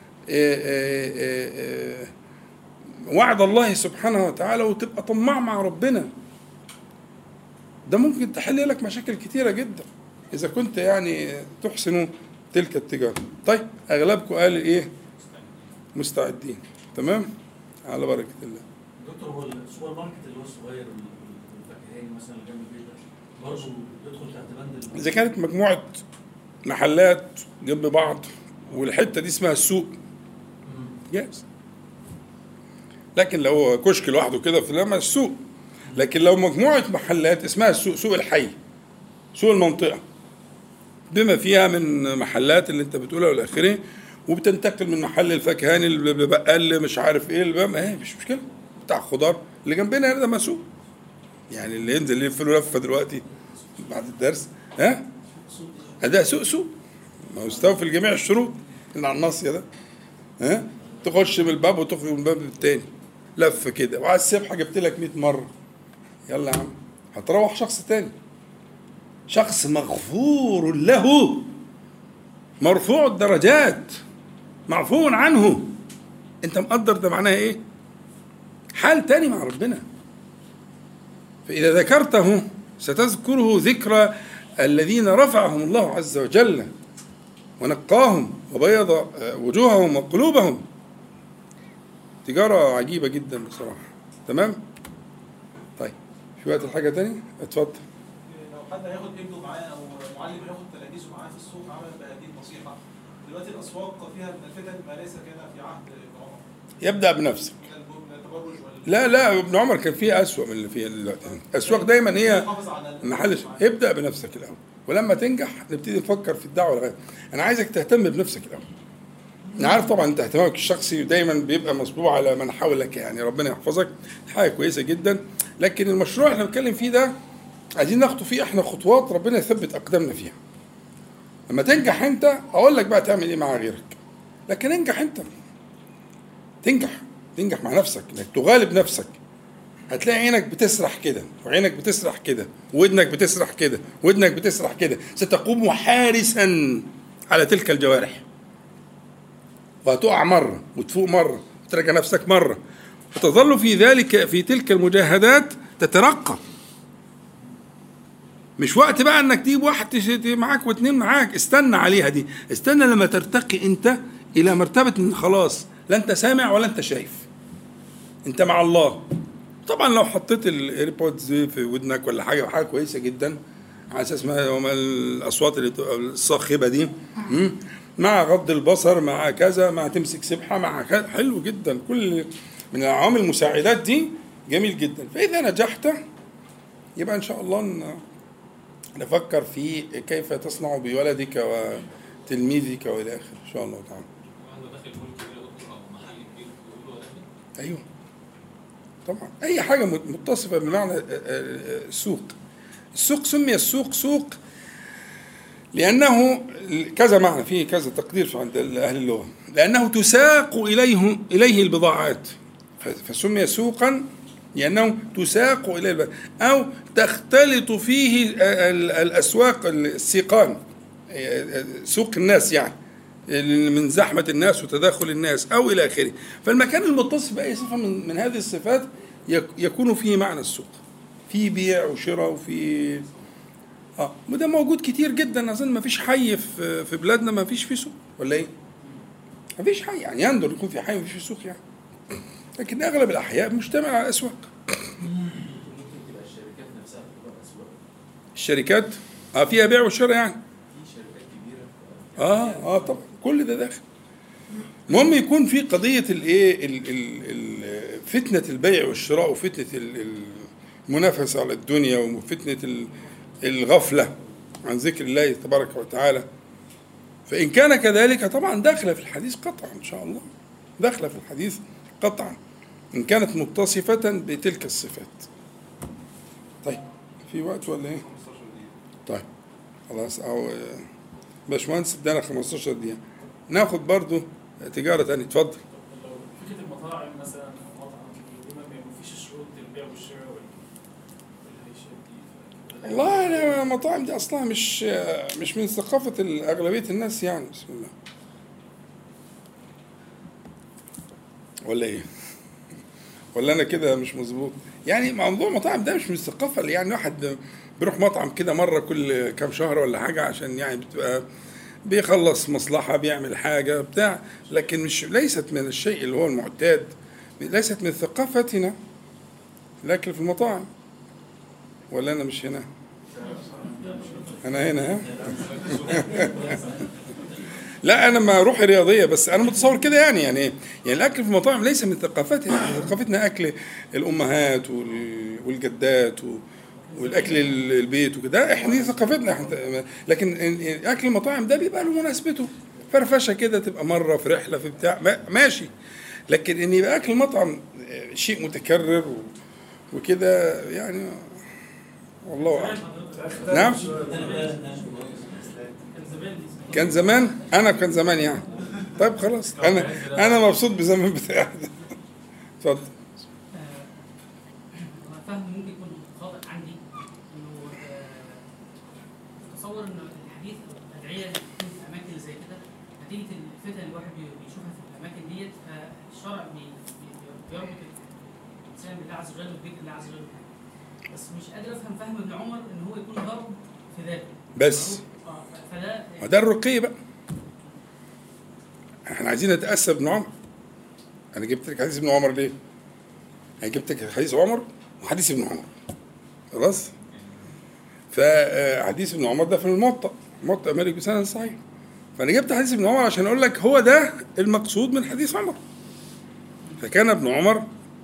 وعد الله سبحانه وتعالى وتبقى طماع مع ربنا. ده ممكن تحل لك مشاكل كتيرة جدا إذا كنت يعني تحسن تلك التجارة. طيب أغلبكم قال إيه؟ مستعدين. تمام؟ على بركة الله. دكتور، هو السوبر ماركت اللي هو الصغير الفكهاني مثلا اللي جنب البيت ده برضه يدخل تحت بند؟ إذا كانت مجموعة محلات جنب بعض والحتة دي اسمها السوق جاهز. لكن لو كشك لوحده كده في لما السوق. لكن لو مجموعة محلات اسمها السوق، سوق الحي، سوق المنطقة، بما فيها من محلات اللي انت بتقولها والآخرين، وبتنتقل من محل الفكهاني اللي بقل مش عارف ايه اللي ما ايه مش مشكلة، بتاع خضار اللي جنبنا هنا ده مسوق. يعني اللي ينزل اللي يلف له لفة دلوقتي بعد الدرس، ها ده سوق سوق ما هو يستوفي جميع الشروط اللي على الناصية ده. ها تخش من الباب وتخرج من الباب التاني لفة كده، وعلى السبحة جبت لك مئة مرة. يلا يا عم، هتروح شخص تاني، شخص مغفور له، مرفوع الدرجات، معفو عنه. انت مقدر ده معناه ايه؟ حال تاني مع ربنا. فإذا ذكرته ستذكره ذكرى الذين رفعهم الله عز وجل ونقاهم وبيض وجوههم وقلوبهم. تجارة عجيبة جدا بصراحة. تمام؟ طيب في وقت الحاجة تاني؟ اتفضل. لو حد هياخد ابنه معاه او معلم هياخد تلاميذه معاه في السوق، عمل بقى دي نصيحة. دلوقتي الأسواق فيها من الفتن ما ليس كان في عهد ابن عمر. يبدأ بنفسك. ولا تبرج ولا لا لا، ابن عمر كان فيه أسوأ من اللي فيه دلوقتي. الأسواق دايما هي يحافظ على محل. ابدأ بنفسك الأول، ولما تنجح نبتدي نفكر في الدعوة لغاية. أنا عايزك تهتم بنفسك الأول. أنا عارف طبعا أنت اهتمامك الشخصي دايما بيبقى مصبوع على من حولك، يعني ربنا يحفظك، حاجة كويسة جدا. لكن المشروع اللي احنا بنتكلم فيه ده عايزين ناخده فيه احنا خطوات ربنا يثبت أقدامنا فيها. لما تنجح أنت أقول لك بقى تعمل إيه مع غيرك، لكن انجح أنت. تنجح تنجح مع نفسك، انك تغالب نفسك. هتلاقي عينك بتسرح كده، وعينك بتسرح كده، ودنك بتسرح كده، ودنك بتسرح كده. ستقوم حارسا على تلك الجوارح، وهتقع مرة وتفوق مرة وتراجع نفسك مرة، وتظل في ذلك في تلك المجاهدات تترقى. مش وقت بقى انك تجيب واحد معاك واثنين معاك، استنى عليها دي، استنى لما ترتقي انت الى مرتبة ان خلاص لا انت سامع ولا انت شايف، انت مع الله. طبعا لو حطيت الايربودز في ودنك ولا حاجه، حاجه كويسه جدا على اساس ما الاصوات اللي الصاخبه دي، مع غض البصر، مع كذا، مع تمسك سبحه، مع كذا، حلو جدا. كل من العوامل المساعدات دي جميل جدا. فاذا نجحت يبقى ان شاء الله نفكر في كيف تصنع بولدك وتلميذك والى اخره ان شاء الله تعالى. ايوه طبعا، اي حاجه متصفه بمعنى السوق. السوق سمي السوق سوق لانه كذا معنى، فيه كذا تقدير عند اهل اللغه، لانه تساق اليه اليه البضاعات، فسمي سوقا لانه تساق اليه البضاعات، او تختلط فيه الاسواق، السيقان، سوق الناس يعني من زحمة الناس وتداخل الناس أو إلى آخره. فالمكان المتصف بأي صفة من, من هذه الصفات يكون فيه معنى السوق، في بيع وشراء وفي اه وده موجود كتير جدا. أظن ما فيش حي في في بلادنا ما فيش فيه سوق، ولا إيه؟ ما فيش حي، يعني يندر يكون في حي ما فيش فيه سوق يعني، لكن أغلب الأحياء مجتمع على أسواق. الشركات اه فيها بيع وشراء يعني، اه اه طبعا كل ده داخل. المهم يكون في قضيه الايه فتنه البيع والشراء، وفتنه المنافسه على الدنيا، وفتنه الغفله عن ذكر الله تبارك وتعالى. فان كان كذلك طبعا داخله في الحديث قطعا ان شاء الله، داخله في الحديث قطعا ان كانت متصفه بتلك الصفات. طيب في وقت ولا ايه؟ طيب خلاص. او باشمهندس ادانا خمستاشر دقيقة، ناخد برضو تجارة تانية. اتفضل. لو فكرة المطاعم مثلا، مطعم دايما ما فيش الشروط البيع والشراء والهيشات دي. والله أنا المطاعم دي أصلا مش مش من ثقافة أغلبية الناس يعني. بسم الله. ولا إيه؟ ولا أنا كده مش مظبوط؟ يعني موضوع مطاعم ده مش من الثقافة اللي يعني واحد بيروح مطعم كده مرة كل كام شهر ولا حاجة عشان يعني بتبقى بيخلص مصلحة، بيعمل حاجة بتاع، لكن مش ليست من الشيء اللي هو المعتاد، ليست من ثقافتنا الأكل في المطاعم. ولا أنا مش هنا؟ أنا هنا ها؟ لا أنا ما روحي رياضية، بس أنا متصور كده يعني يعني يعني الأكل في المطاعم ليس من ثقافتنا. ثقافتنا أكل الأمهات والجدات والاكل البيت وكده، احنا دي ثقافتنا احنا. لكن اكل المطاعم ده بيبقى له مناسبته، فرفشه كده تبقى مره في رحله في بتاع ماشي، لكن ان يبقى اكل المطعم شيء متكرر وكده يعني والله اعلم. نعم كان زمان، انا كان زمان يعني. طيب خلاص، انا انا مبسوط بالزمن بتاعي ده. اتفضل. تصور ان الحديث الادعيه اللي بتكون في الاماكن اللي زي كده نتيجه الفتن اللي الواحد بيشوفها في الاماكن ديت، فالشرع بيربط الانسان بالله عز وجل وبذكر الله عز وجل. بس مش قادر افهم فهم ابن عمر ان هو يكون ضرب في ذاته بس. فده وده الرقي بقى. احنا عايزين نتاسى ابن عمر. انا جبت لك حديث ابن عمر ليه؟ انا جبت لك حديث عمر وحديث ابن عمر خلاص. فحديث ابن عمر ده في الموطأ، موطأ مالك بسند صحيح. فأنا جبت حديث ابن عمر عشان أقول لك هو ده المقصود من حديث عمر. فكان ابن عمر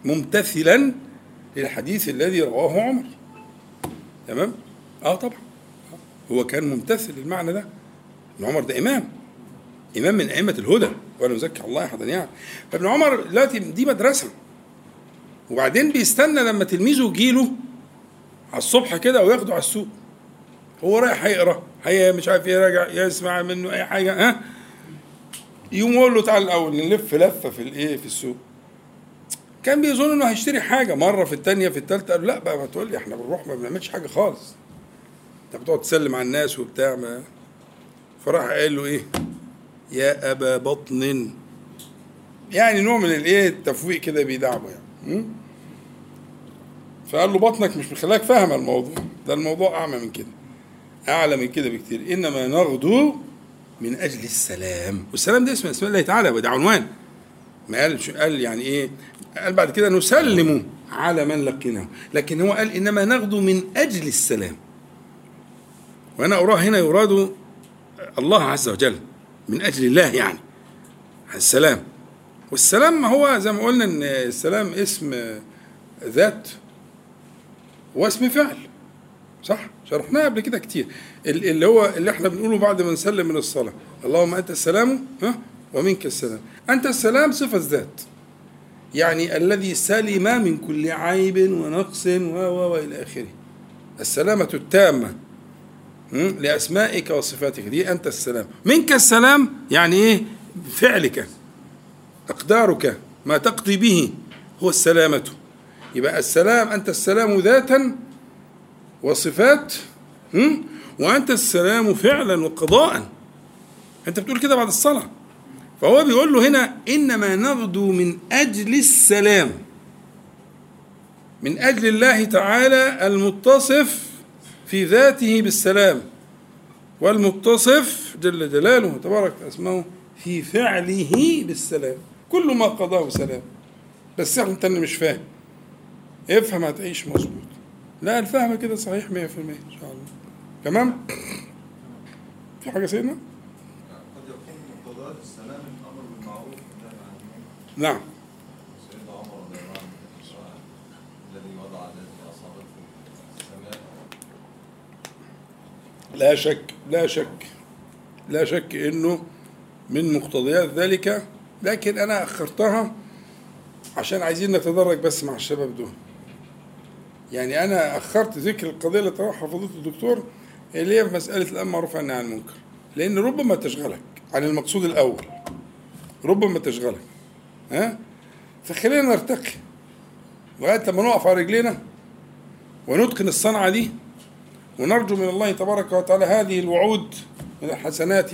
ممتثلا للحديث الذي رواه عمر. تمام؟ اه طبعا هو كان ممتثل للمعنى ده. ابن عمر ده امام امام من ائمه الهدى ولا نزكي الله احدا يعني. فابن عمر دلوقتي دي مدرسه، وبعدين بيستنى لما تلميذه يجيله على الصبح كده وياخده على السوق، هو رايح هيقرا هي مش عارف ايه، راجع يسمع منه اي حاجه، ها يقوم يقول له تعال الاول نلف لفه في الايه في السوق. كان بيظن انه هيشتري حاجه، مره في الثانيه في الثالثه قال له لا بقى ما تقول لي احنا بنروح ما بنعملش حاجه خالص، انت بتقعد تسلم على الناس وبتاع ما. فراح قال له ايه يا ابا بطن، يعني نوع من الايه التفويق كده بيدعمه يعني. فقال له بطنك مش مخليك فاهم الموضوع ده، الموضوع اعمى من كده، اعلى من كده بكتير. انما نغدو من اجل السلام، والسلام ده اسم اسم الله تعالى وده عنوان. ما قال قال يعني ايه؟ قال بعد كده نسلم على من لقيناه، لكن هو قال انما نغدو من اجل السلام. وانا اراه هنا يراد الله عز وجل، من اجل الله يعني السلام. والسلام هو زي ما قلنا ان السلام اسم ذات واسم فعل، صح؟ شرحناه قبل كده كتير، اللي هو اللي احنا بنقوله بعد ما نسلم من الصلاة، اللهم أنت السلام ها ومنك السلام. أنت السلام صفة ذات، يعني الذي سلم من كل عيب ونقص و و وإلى آخره. السلامة التامة لأسمائك وصفاتك، دي أنت السلام. منك السلام يعني إيه؟ فعلك، أقدارك، ما تقضي به هو السلامة. يبقى السلام أنت السلام ذاتا وصفات، وأنت السلام فعلا وقضاء. أنت بتقول كده بعد الصلاة. فهو بيقول له هنا إنما نغدو من أجل السلام، من أجل الله تعالى المتصف في ذاته بالسلام، والمتصف جل جلاله تبارك اسمه في فعله بالسلام. كل ما قضاه سلام. بس انت اللي مش فاهم، افهم هتعيش مظبوط. لا الفهم كده صحيح مية في المية ان شاء الله. تمام؟ في حاجة سيدنا؟ قد يكون مقتضى السلام الأمر بالمعروف والنهي عن المنكر. نعم. سيدنا عمر رضي الله عنه الذي وضع الذي أصابته السماء. لا شك لا شك لا شك انه من مقتضيات ذلك، لكن انا اخرتها عشان عايزين نتدرج بس مع الشباب دول. يعني انا اخرت ذكر القضيه اللي طرحها فضيله الدكتور اللي هي في مساله الامر بالمعروف والنهي عن المنكر، لان ربما تشغلك عن المقصود الاول، ربما تشغلك، ها؟ فخلينا نرتقي لغايه لما نقف على رجلينا ونتقن الصنعه دي، ونرجو من الله تبارك وتعالى هذه الوعود من الحسنات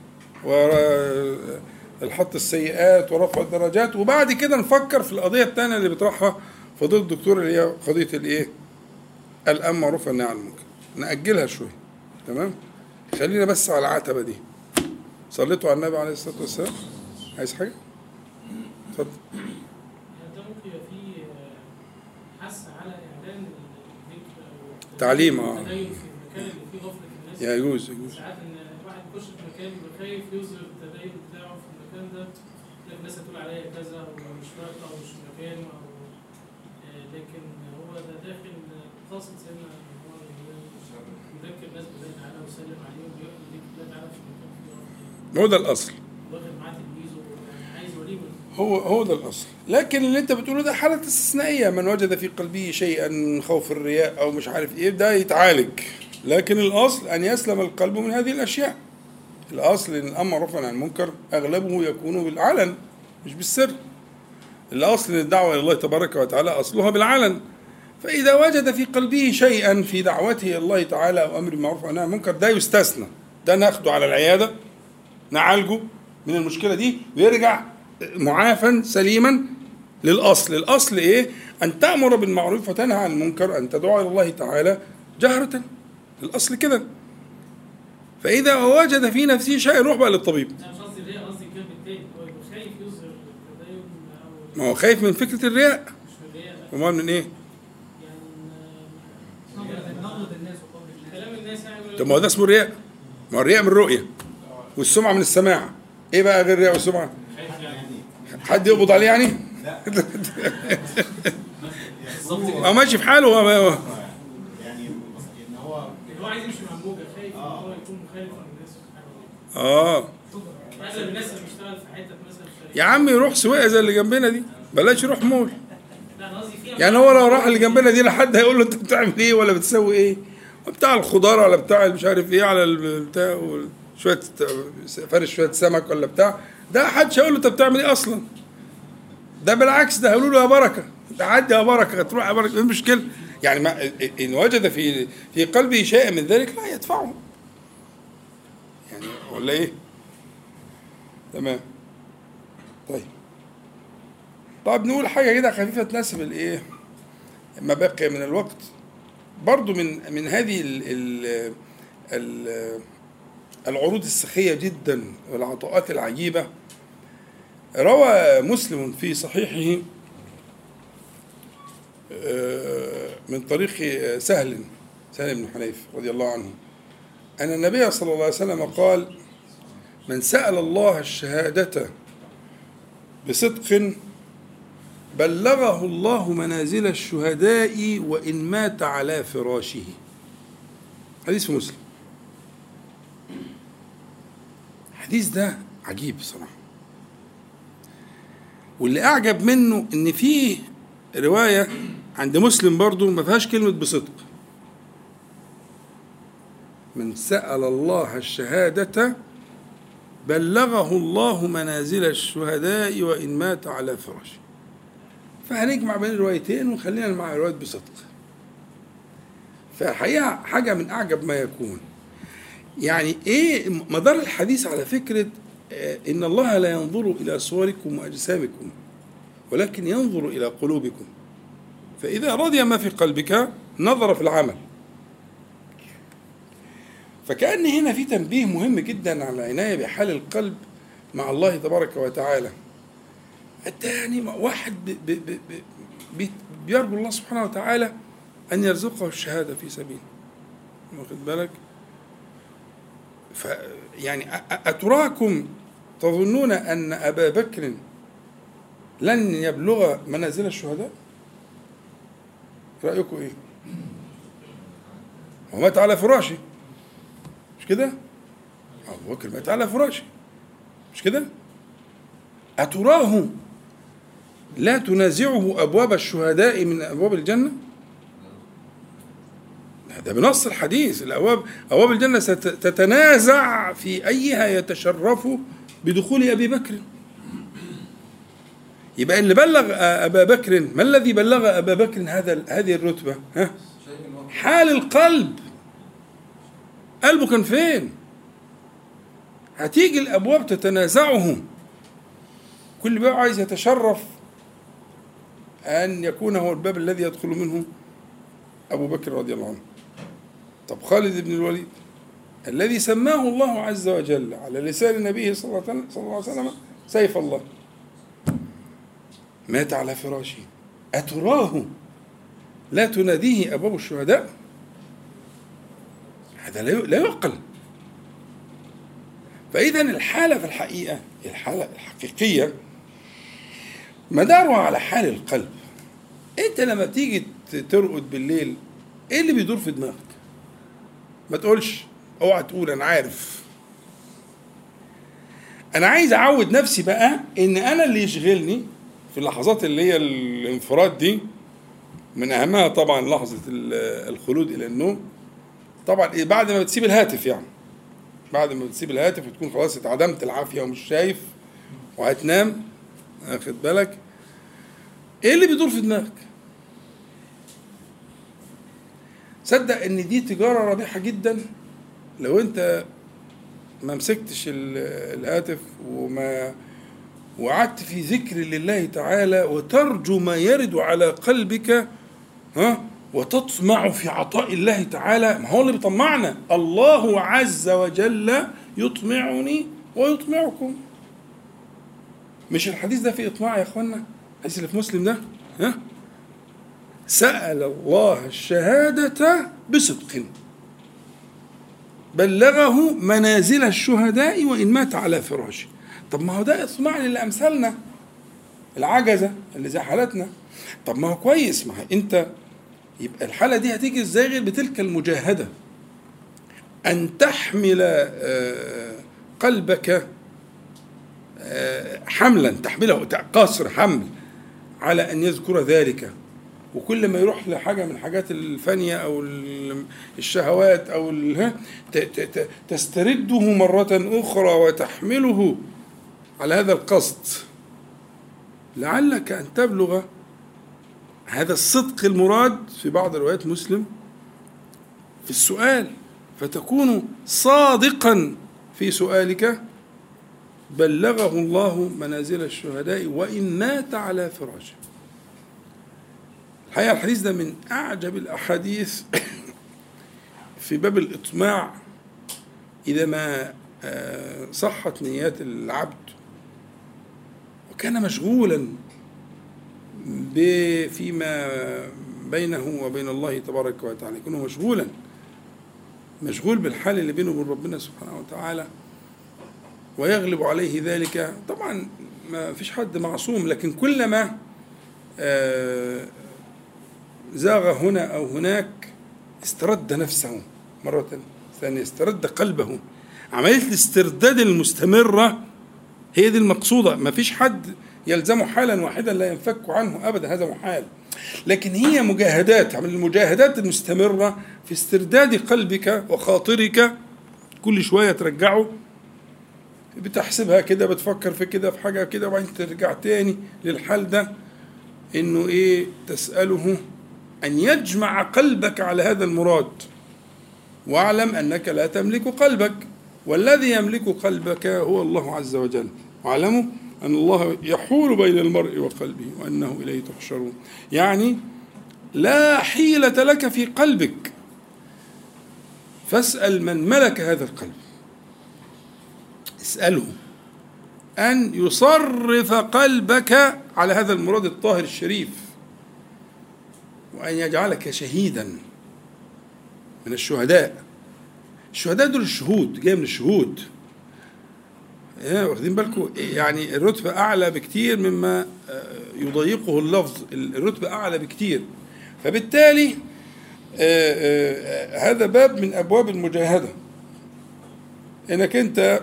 والحط السيئات ورفع الدرجات، وبعد كده نفكر في القضيه الثانيه اللي بيطرحها فضيله الدكتور اللي هي قضيه الايه؟ الامر بالمعروف والنهي عن المنكر. ناجلها شويه، تمام؟ خلينا بس على العتبه دي. صليتوا على النبي عليه الصلاه والسلام. عايز حاجه؟ اتفضل. ده ممكن يبقى فيه حث على اعلان الذكر او تعليم اه التدين في المكان اللي فيه غفله الناس. يجوز يجوز. ساعات ان واحد يخش في مكان يبقى خايف يظهر التدين بتاعه في المكان ده، تلاقي الناس هتقول عليا كذا ومش وقت او مش مكان او لكن هو ده داخل قاصد سيدنا هو يذكر الناس بالله تعالى ويسلم عليهم ويذكر الله تعالى في المكان فيه. هو ده الاصل. واخد معاه تلميذه عايز وليه هو هو ده الاصل، لكن اللي انت بتقوله ده حاله استثنائيه، من وجد في قلبه شيئا من خوف الرياء او مش عارف ايه ده يتعالج، لكن الاصل ان يسلم القلب من هذه الاشياء. الاصل ان الامر بالمعروف والنهي عن المنكر اغلبه يكون بالعلن مش بالسر. الاصل ان الدعوه الى الله تبارك وتعالى اصلها بالعلن، فاذا وجد في قلبه شيئا في دعوته الى الله تعالى او امر بالمعروف والنهي عن المنكر ده يستثنى، ده ناخده على العياده نعالجه من المشكله دي ويرجع معافا سليما للأصل. الأصل إيه؟ أن تأمر بالمعروف وتنهى عن المنكر، أن تدعو إلى الله تعالى جهرة. الأصل كده. فإذا وجد في نفسه شيء يروح بقى للطبيب. لا مش قصدي الرياء، قصدي الكلام التاني هو يبقى خايف يظهر التدين او ما هو خايف من فكرة الرياء. مش من الرياء. وما من إيه؟ يعني نقد الناس وقول الناس. كلام الناس يعني. طب ما هو ده اسمه الرياء. ما هو الرياء من الرؤية والسمعة من السماع. إيه بقى غير الرياء والسمعة؟ حد يقبض عليه يعني؟ هو ماشي في حاله هو. يعني ان هو هو عايز يمشي مع الموجه، خايف ان هو يكون مخالف للناس. اه اغلب الناس اللي بيشتغل في حته مثلا في يا عم يروح سواقه زي اللي جنبنا دي، بلاش يروح مول. لا انا قصدي فيها يعني هو لو راح اللي جنبنا دي لحد هيقول له انت بتعمل ايه ولا بتسوي ايه؟ بتاع الخضار ولا بتاع مش عارف ايه على البتاع شويه فرش شويه سمك ولا بتاع، ده حدش هيقول له انت بتعمل ايه اصلا. ده بالعكس ده هيقولوا له يا بركه، تعدي يا بركه، تروح يا بركه، ايه المشكله؟ يعني ما ان وجد في في قلبه شيء من ذلك لا يدفعه. يعني ولا ايه؟ تمام. طيب. طب نقول حاجه كده خفيفه تناسب الايه؟ ما بقي من الوقت. برضو من من هذه ال ال ال العروض السخيه جدا والعطاءات العجيبه، روى مسلم في صحيحه من طريق سهل سهل بن حنيف رضي الله عنه أن النبي صلى الله عليه وسلم قال: من سأل الله الشهادة بصدق بلغه الله منازل الشهداء وإن مات على فراشه. حديث في مسلم. الحديث ده عجيب صراحة، واللي أعجب منه إن فيه رواية عند مسلم برضو ما فيهاش كلمة بصدق. من سأل الله الشهادة بلغه الله منازل الشهداء وإن مات على فراشه. فهنجمع بين الروايتين وخلينا مع رواية بصدق. فالحقيقة حاجة من أعجب ما يكون. يعني إيه مدار الحديث على فكرة إن الله لا ينظر إلى صوركم وأجسامكم ولكن ينظر إلى قلوبكم، فإذا رضي ما في قلبك نظر في العمل. فكأن هنا في تنبيه مهم جدا على العناية بحال القلب مع الله تبارك وتعالى. يعني واحد بي بي بي بيرجو الله سبحانه وتعالى أن يرزقه الشهادة في سبيله، واخد بالك؟ ف يعني أتراكم تظنون أن أبا بكر لن يبلغ منازل الشهداء؟ رأيكم إيه؟ هو مات على فراشه مش كده؟ أبو بكر مات على فراشه مش كده؟ أتراه لا تنازعه أبواب الشهداء من أبواب الجنة؟ هذا بنص الحديث. الأبواب أبواب الجنة ستتنازع في أيها يتشرف بدخول أبي بكر. يبقى اللي بلغ أبا بكر، ما الذي بلغ أبا بكر هذا هذه الرتبة؟ ها؟ حال القلب. قلبه كان فين؟ هتيجي الأبواب تتنازعه، كل باب عايز يتشرف أن يكون هو الباب الذي يدخل منه أبو بكر رضي الله عنه. طب خالد بن الوليد الذي سماه الله عز وجل على لسان نبيه صلى الله عليه وسلم سيف الله، مات على فراشه، أتراه لا تناديه أبواب الشهداء؟ هذا لا يعقل. فإذا الحالة في الحقيقة، الحالة الحقيقية مدارها على حال القلب. أنت لما تيجي ترقد بالليل إيه اللي بيدور في دماغك؟ ما تقولش، اوعى تقول أنا عارف. أنا عايز أعود نفسي بقى إن أنا اللي يشغلني في اللحظات اللي هي الانفراد دي، من أهمها طبعا لحظة الخلود إلى النوم. طبعا بعد ما بتسيب الهاتف، يعني بعد ما بتسيب الهاتف وتكون خلاص اتعدمت العافية ومش شايف وهتنام، واخد بالك؟ ايه اللي بيدور في دماغك؟ صدق ان دي تجارة رابحة جدا لو انت ما مسكتش الهاتف وما وقعدت في ذكر لله تعالى وترجو ما يرد على قلبك، ها، وتطمع في عطاء الله تعالى. ما هو اللي بيطمعنا، الله عز وجل يطمعني ويطمعكم. مش الحديث ده فيه إطماع يا إخوانا؟ الحديث اللي في مسلم ده، ها؟ سأل الله الشهادة بصدق بلغه منازل الشهداء وإن مات على فراشه. طب ما هو ده إطماع للأمثالنا، العجزة اللي زي حالتنا. طب ما هو كويس، ما أنت يبقى الحالة دي هتيجي إزاي غير بتلك المجاهدة، أن تحمل قلبك حملا، تحمله قصر حمل على أن يذكر ذلك، وكل ما يروح لحاجة من الحاجات الفانية أو الشهوات أو تسترده مرة أخرى وتحمله على هذا القصد، لعلك أن تبلغ هذا الصدق المراد في بعض روايات مسلم في السؤال، فتكون صادقا في سؤالك، بلغه الله منازل الشهداء وإن مات على فراشه. الحقيقة الحديث ده من أعجب الأحاديث في باب الإطماع إذا ما صحت نيات العبد وكان مشغولا فيما بينه وبين الله تبارك وتعالى، يكون مشغولا مشغول بالحال اللي بينه وبين ربنا سبحانه وتعالى، ويغلب عليه ذلك. طبعا ما فيش حد معصوم، لكن كلما زاغ هنا أو هناك استرد نفسه مرة ثانية، استرد قلبه. عملية الاسترداد المستمرة هي دي المقصودة. ما فيش حد يلزمه حالا واحدا لا ينفك عنه أبدا، هذا محال، لكن هي مجاهدات، عمل المجاهدات المستمرة في استرداد قلبك وخاطرك، كل شوية ترجعه، بتحسبها كده، بتفكر في كده، في حاجة كده، وبعدين ترجع تاني للحال ده، إنه إيه، تسأله أن يجمع قلبك على هذا المراد، واعلم أنك لا تملك قلبك، والذي يملك قلبك هو الله عز وجل، واعلموا أن الله يحول بين المرء وقلبه وأنه إليه تحشرون. يعني لا حيلة لك في قلبك، فاسأل من ملك هذا القلب، اسأله أن يصرف قلبك على هذا المراد الطاهر الشريف، وأن يجعلك شهيدا من الشهداء. الشهداء دول الشهود، جاي من الشهود، واخدين بالكم؟ يعني الرتبة أعلى بكتير مما يضيقه اللفظ، الرتبة أعلى بكتير. فبالتالي هذا باب من أبواب المجاهدة، إنك أنت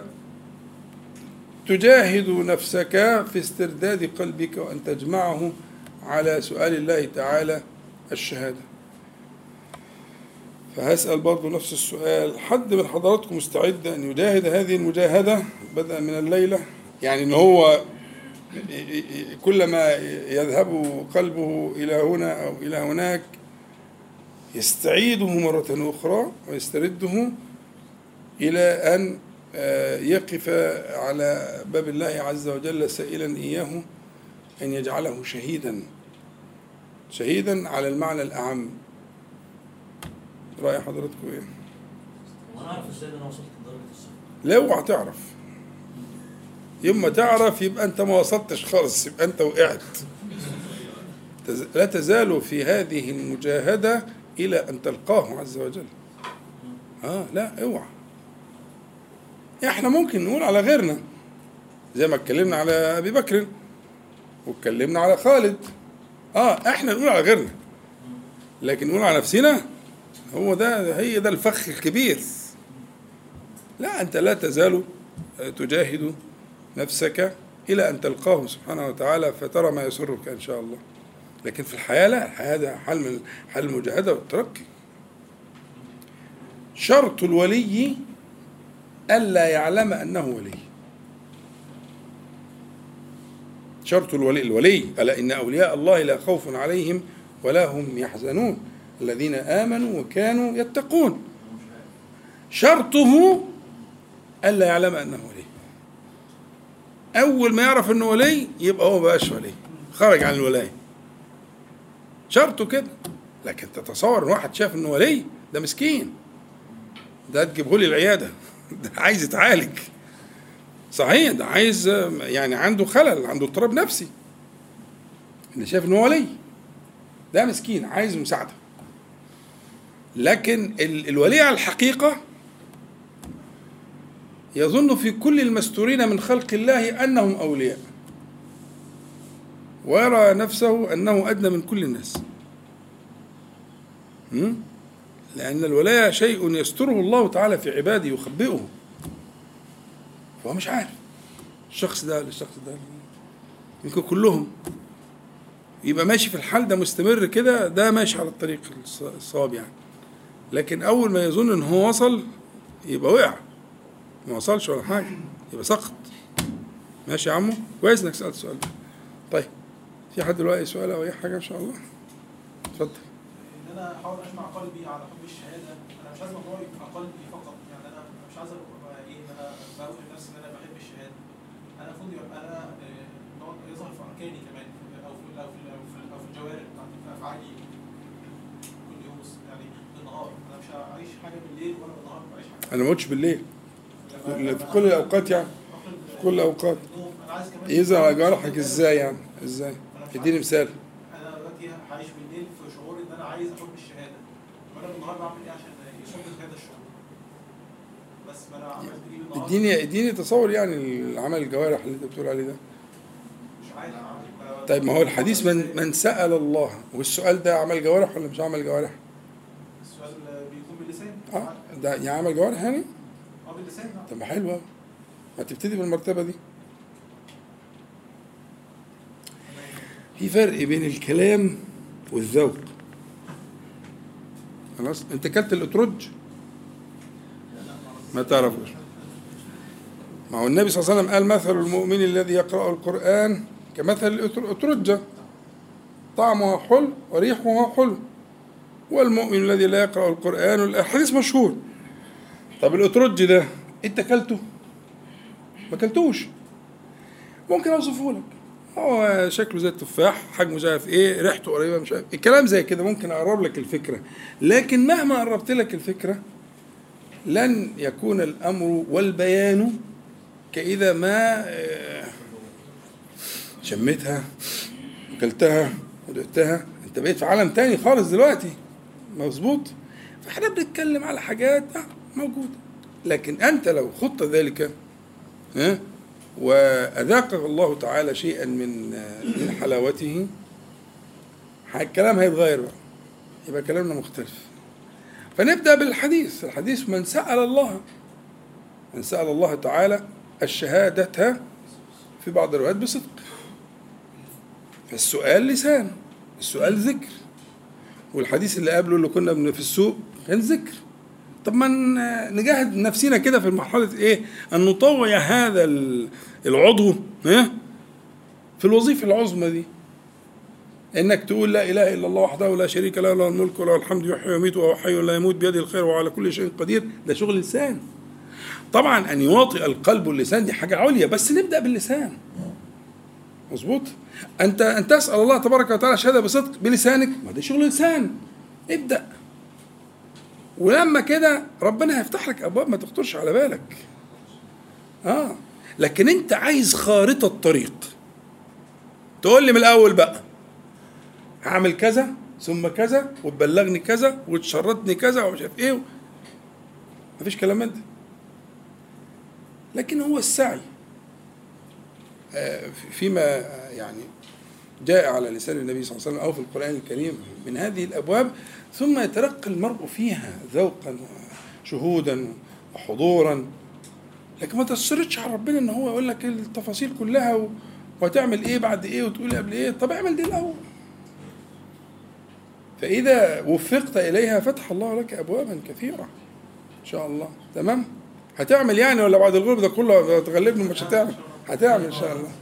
تجاهد نفسك في استرداد قلبك وأن تجمعه على سؤال الله تعالى الشهادة. فهسأل برضو نفس السؤال، حد من حضراتكم مستعد أن يجاهد هذه المجاهدة بدءا من الليلة؟ يعني إن هو كلما يذهب قلبه إلى هنا أو إلى هناك يستعيده مرة أخرى ويسترده إلى أن يقف على باب الله عز وجل سائلا إياه أن يجعله شهيدا، شهيدا على المعنى الأعم. رأي حضرتكم إيه؟ وأنا أعرف إزاي أنا وصلت لدرجة الصبر؟ لا، اوعى تعرف. يوم ما تعرف يبقى أنت ما وصلتش خالص، يبقى أنت وقعت. لا تزال في هذه المجاهدة إلى أن تلقاه عز وجل. آه لا، اوعى. إحنا ممكن نقول على غيرنا زي ما اتكلمنا على أبي بكر واتكلمنا على خالد، آه إحنا نقول على غيرنا، لكن نقول على نفسنا، هو ده، هي ده الفخ الكبير. لا، أنت لا تزال تجاهد نفسك إلى أن تلقاه سبحانه وتعالى فترى ما يسرك إن شاء الله. لكن في الحياة لا، الحياة ده حال من حال المجاهدة والترقي. شرط الولي ألا يعلم أنه ولي. شرط الولي الولي ألا إن أولياء الله لا خوف عليهم ولا هم يحزنون الذين آمنوا وكانوا يتقون. شرطه ألا يعلم أنه ولي. أول ما يعرف أنه ولي يبقى هو بقاش ولي، خرج عن الولاية. شرطه كده. لكن تتصور أن واحد شاف أنه ولي، ده مسكين، ده تجيبه لي العيادة، ده عايز يتعالج، صحيح، ده عايز يعني عنده خلل، عنده اضطراب نفسي، اللي شايف أنه ولي ده مسكين عايز مساعدة. لكن الولي على الحقيقة يظن في كل المستورين من خلق الله أنهم أولياء، ويرى نفسه أنه أدنى من كل الناس. م? لأن الولاية شيء يستره الله تعالى في عباده يخبئه، فهو مش عارف الشخص ده الشخص ده يمكن كلهم، يبقى ماشي في الحال ده مستمر كده، ده ماشي على الطريق الصواب يعني. لكن أول ما يظن إن هو وصل يبقى وقع، ما وصلش ولا حاجة، يبقى سقط. ماشي يا عمو، كويس إنك سألت السؤال ده. طيب في حد دلوقتي سؤال أو أي حاجة إن شاء الله؟ اتفضل. ان انا احاول اجمع قلبي على حب الشهاده، انا مش عايز الموضوع يبقى قلبي فقط، يعني انا مش عايز ابقى ايه ان انا بقول لنفسي ان انا بحب الشهاده، انا المفروض يبقى انا آه، يظهر في اركاني كمان، او في او في او في, أو في الجوارح بتاعتي، في افعالي كل يوم، يعني بالنهار. انا مش هعيش حاجه بالليل ولا بالنهار بعيش حاجه. أنا ما قلتش بالليل، في كل الأوقات يعني، في كل الأوقات. يظهر على جوارحك إزاي يعني؟ إزاي؟ اديني مثال. انا دلوقتي هعيش بالليل في شعور ان انا عايز احب الشهاده، وانا بالنهار بعمل ايه عشان يصب هذا الشعور؟ بس ما انا عملت ايه بالنهار؟ اديني اديني تصور يعني العمل الجوارح اللي انت بتقول عليه ده. مش عارف اعمل. طيب ما هو الحديث من من سأل الله، والسؤال ده عمل جوارح ولا مش عمل جوارح؟ السؤال بيكون باللسان. اه ده يعني عمل جوارح يعني؟ اه باللسان. طب ما حلو، ما تبتدي بالمرتبة دي. في فرق بين الكلام والذوق. خلاص انت كلت الاترج؟ ما تعرفوش. ما هو النبي صلى الله عليه وسلم قال مثل المؤمن الذي يقرأ القرآن كمثل الأترجة، طعمها حلو وريحها حلو، والمؤمن الذي لا يقرأ القرآن، الحديث مشهور. طب الأترج ده انت كلته؟ ما كلتوش. ممكن اوصفه لك، هو شكله زي التفاح، حجمه مش عارف ايه، ريحته قريبه مش عارف الكلام زي كده، ممكن اقرب لك الفكره. لكن مهما قربت لك الفكره لن يكون الامر والبيان كإذا ما شميتها وكلتها ودقتها. انت بقيت في عالم تاني خالص دلوقتي، مظبوط؟ فاحنا بنتكلم على حاجات موجوده، لكن انت لو خضت ذلك ها وأذاقك الله تعالى شيئا من من حلاوته، الكلام هيتغير بقى، يبقى كلامنا مختلف. فنبدأ بالحديث. الحديث من سأل الله، من سأل الله تعالى الشهادة في بعض الروايات بصدق. فالسؤال لسان، السؤال ذكر، والحديث اللي قبله اللي كنا في السوق كان ذكر. طب ما نجاهد نفسنا كده في مرحلة ايه؟ ان نطوع هذا العضو ها في الوظيفة العظمى دي، انك تقول لا اله الا الله وحده لا شريك له، له الملك وله الحمد يحيي ويميت وهو حي لا يموت بيده الخير وعلى كل شيء قدير. ده شغل لسان. طبعا ان يواطئ القلب واللسان دي حاجة عليا، بس نبدأ باللسان. مظبوط؟ انت ان تسأل الله تبارك وتعالى شهادة بصدق بلسانك، ما ده شغل لسان. ابدأ، ولما كده ربنا هيفتح لك ابواب ما تخطرش على بالك. اه لكن انت عايز خارطة طريق، تقول لي من الاول بقى هعمل كذا ثم كذا وتبلغني كذا وتشرطني كذا ومش عارف ايه، مفيش كلام من ده. لكن هو السعي آه فيما يعني جاء على لسان النبي صلى الله عليه وسلم أو في القرآن الكريم من هذه الأبواب، ثم يترقى المرء فيها ذوقا وشهودا وحضورا. لكن ما تصرتش على ربنا ان هو يقول لك التفاصيل كلها وهتعمل ايه بعد ايه وتقول قبل ايه. طب اعمل دي الاول، فاذا وفقت اليها فتح الله لك ابوابا كثيره ان شاء الله. تمام؟ هتعمل يعني ولا بعد الغرب ده كله تغلبني؟ مش هتعمل، هتعمل ان شاء الله.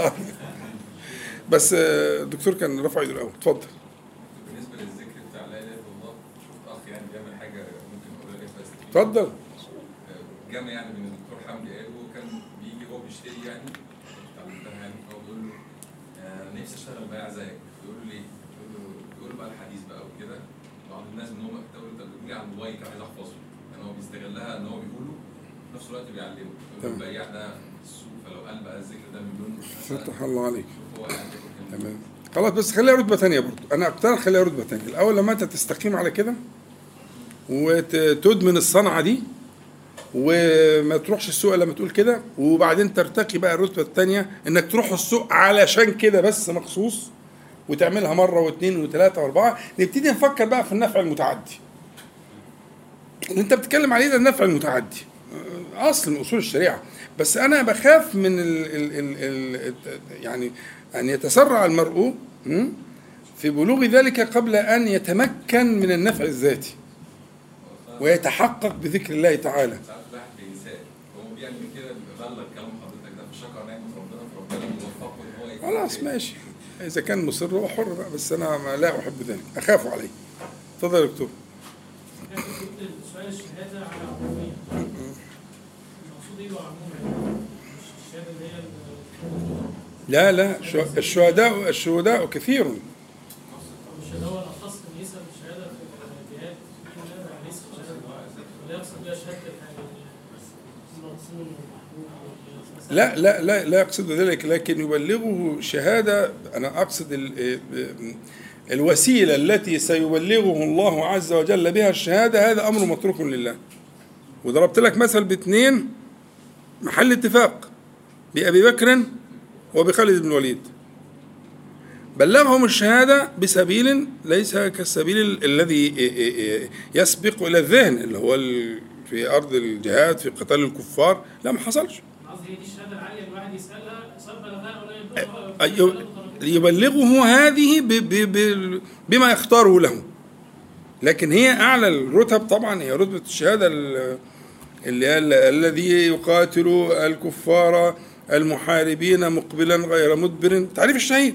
بس الدكتور كان رفع ايده الاول. اتفضل. بالنسبه للذكر بتاع لا اله الا الله، شفت اخ يعني بيعمل حاجه ممكن اقول لك بس. اتفضل. جمع يعني من الدكتور حمدي قال، وكان بيجي هو بيشتري يعني اتعلمتها يعني، فهو بيقول له انا نفسي اشتغل بياع زيك. بيقول له ليه؟ بيقول له بيقول له بقى الحديث بقى وكده. بعض الناس ان هم كتبوا انت بتقول لي على الموبايل كان عايز احفظه، يعني هو بيستغلها ان هو بيقوله في نفس الوقت بيعلمه. يقول له البياع ده في السوق، فلو قال بقى الذكر ده مليون فتح الله عليك. هو يعني تمام خلاص، بس خليها رتبة تانية برضو. أنا أقترح خليها رتبة تانية. الأول لما أنت تستقيم على كده وتدمن الصنعة دي وما تروحش السوق لما تقول كده، وبعدين ترتقي بقى الرتبة الثانية انك تروح السوق علشان كده بس مخصوص، وتعملها مرة واثنين وثلاثة واربعة. نبتدي نفكر بقى في النفع المتعدي اللي انت بتتكلم عليه، ده النفع المتعدي اصل من اصول الشريعة. بس انا بخاف من ال ال ال ال يعني ان يتسرع المرء في بلوغ ذلك قبل ان يتمكن من النفع الذاتي ويتحقق بذكر الله تعالى. ساعات الواحد بينساه، هو بيعمل كده بيبلغ كلام حضرتك ده، فشكر نعمة ربنا فربنا بيوفقه ان هو خلاص ماشي، اذا كان مصر هو حر بقى، بس انا لا احب ذلك، اخاف عليه. اتفضل يا دكتور. سؤال الشهاده على عموميه، المقصود ايه عموما؟ مش الشهاده اللي هي لا لا الشهداء الشهداء كثير. الشهداء هو الاخص من يسال الشهاده في الجهاد، ليس الشهاده ولا يقصد بها شهاده المقصود. لا لا لا لا يقصد ذلك، لكن يبلغه شهادة. أنا أقصد الوسيلة التي سيبلغه الله عز وجل بها الشهادة، هذا أمر متروك لله. وضربت لك مثل باثنين محل اتفاق، بأبي بكر وبخالد بن الوليد. بلغهم الشهادة بسبيل ليس كالسبيل الذي يسبق إلى الذهن، اللي هو في أرض الجهاد في قتال الكفار. لا، ما حصلش. قصدي دي الشهاده العاليه الواحد يسالها صار بلغها ولا يبلغها، يبلغه هذه ب ب ب بما يختاره له. لكن هي أعلى الرتب طبعا، هي رتبة الشهادة اللي الذي يقاتل الكفار المحاربين مقبلا غير مدبر، تعريف الشهيد.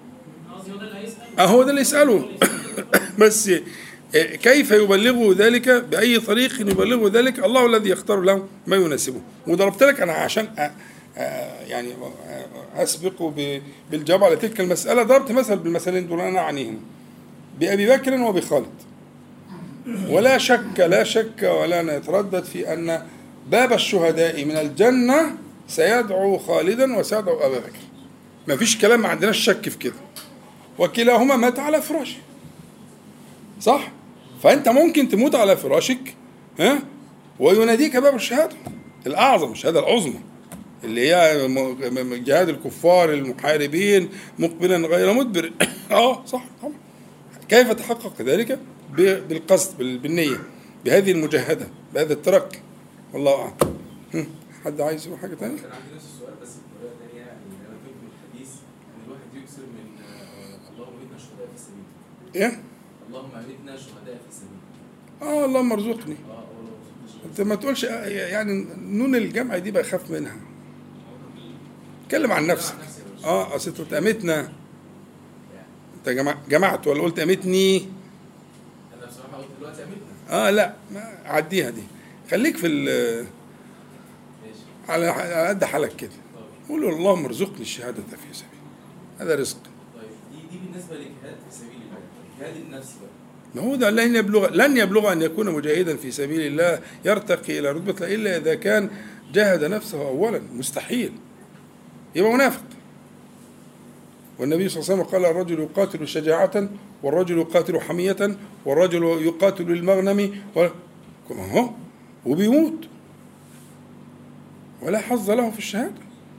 هو ده اللي يسأله. بس كيف يبلغه ذلك؟ بأي طريق يبلغه ذلك؟ الله الذي يختار له ما يناسبه. وضربت لك أنا عشان يعني أسبق بالجواب على تلك المسألة، ضربت مثل بالمثلين دول أنا أعنيهم، بأبي بكر وبخالد. ولا شك لا شك ولا نتردد في أن باب الشهداء من الجنة سيدعو خالدا وسيدعو أبا بكر، ما فيش كلام، ما عندناش شك في كده. وكلاهما مات على فراشه، صح؟ فأنت ممكن تموت على فراشك ها ويناديك باب الشهادة الأعظم، الشهادة العظمى اللي هي جهاد الكفار المحاربين مقبلا غير مدبر. اه صح طبعا. كيف تحقق ذلك؟ بالقصد، بالنية، بهذه المجاهدة، بهذا الترك. والله أعلم. حد عايز يقول حاجة تانية؟ كان عندي نفس السؤال بس بطريقة تانية، يعني أنا فهمت من الحديث إن الواحد يكسر من اللهم أمتنا شهداء في سبيل. إيه؟ اللهم أمتنا شهداء في سبيل. آه اللهم ارزقني. اه أنت ما تقولش يعني نون الجمع دي بخاف منها. اتكلم عن نفسك. اه اصل انت امتنا، انت جمع... جمعت ولا قلت امتني؟ انا بصراحه قلت دلوقتي امتنا. اه لا ما عديها دي، خليك في ال على قد حالك كده. قول له اللهم ارزقني الشهاده في سبيل، هذا رزق. طيب دي دي بالنسبه للجهاد في سبيل الله، الجهاد النفسي بقى. ما هو ده لن يبلغ لن يبلغ ان يكون مجاهدا في سبيل الله يرتقي الى رتبه الا اذا كان جاهد نفسه اولا، مستحيل يبقى منافق. والنبي صلى الله عليه وسلم قال الرجل يقاتل شجاعة، والرجل يقاتل حمية، والرجل يقاتل للمغنم، هو وبيموت ولا حظ له في الشهادة.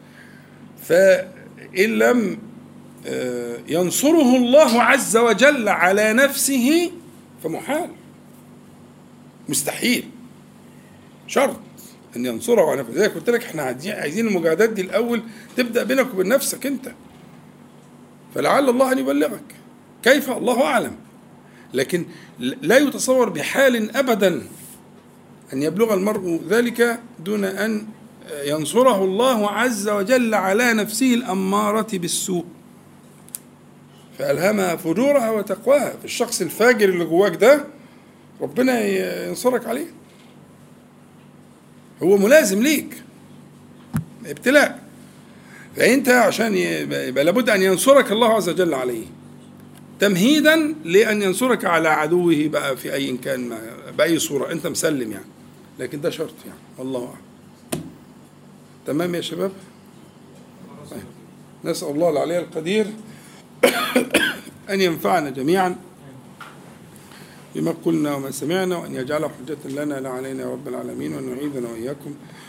فإن لم ينصره الله عز وجل على نفسه فمحال، مستحيل، شرط أن ينصره على نفسه. زي قلت لك احنا عايزين المجاهدات دي الأول تبدأ بينك وبين نفسك أنت، فلعل الله أن يبلغك. كيف؟ الله أعلم. لكن لا يتصور بحال أبدا أن يبلغ المرء ذلك دون أن ينصره الله عز وجل على نفسه الأمارة بالسوء، فألهمها فجورها وتقواها. في الشخص الفاجر اللي جواك ده ربنا ينصرك عليه، هو ملازم ليك ابتلاء. فأنت عشان يبقى لابد أن ينصرك الله عز وجل عليه تمهيدا لأن ينصرك على عدوه بقى في أي كان بأي صورة أنت مسلم يعني، لكن ده شرط يعني. والله أعلم. تمام يا شباب؟ طيب. نسأل الله العلي القدير أن ينفعنا جميعا بما قلنا وما سمعنا، وأن يجعله حجة لنا لا علينا يا رب العالمين، وأن يعيذنا وإياكم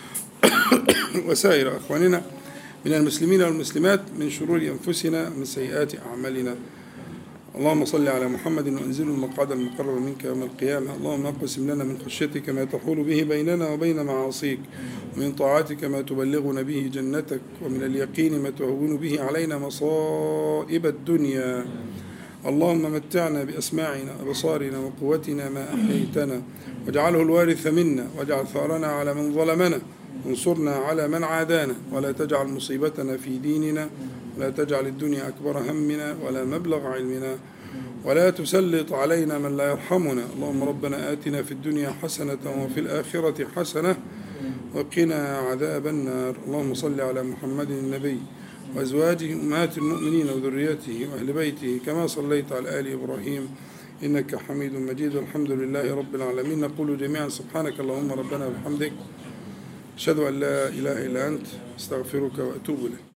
وسائر أخواننا من المسلمين والمسلمات من شرور أنفسنا ومن سيئات أعمالنا. اللهم صل على محمد وأنزل المقعد المقرب منك يوم القيامة. اللهم اقسم لنا من خشيتك ما تحول به بيننا وبين معاصيك، ومن طاعتك ما تبلغنا به جنتك، ومن اليقين ما تهون به علينا مصائب الدنيا. اللهم متعنا بأسماعنا وأبصارنا وقوتنا ما أحييتنا، واجعله الوارث منا، واجعل ثأرنا على من ظلمنا، وانصرنا على من عادانا، ولا تجعل مصيبتنا في ديننا، ولا تجعل الدنيا أكبر همنا ولا مبلغ علمنا، ولا تسلط علينا من لا يرحمنا. اللهم ربنا آتنا في الدنيا حسنة وفي الآخرة حسنة وقنا عذاب النار. اللهم صل على محمد النبي وأزواجه أمهات المؤمنين وذريته وأهل بيته كما صليت على آل إبراهيم إنك حميد مجيد، والحمد لله رب العالمين. نقول جميعا سبحانك اللهم ربنا وبحمدك، أشهد أن لا إله إلا أنت، أستغفرك وأتوب إليك.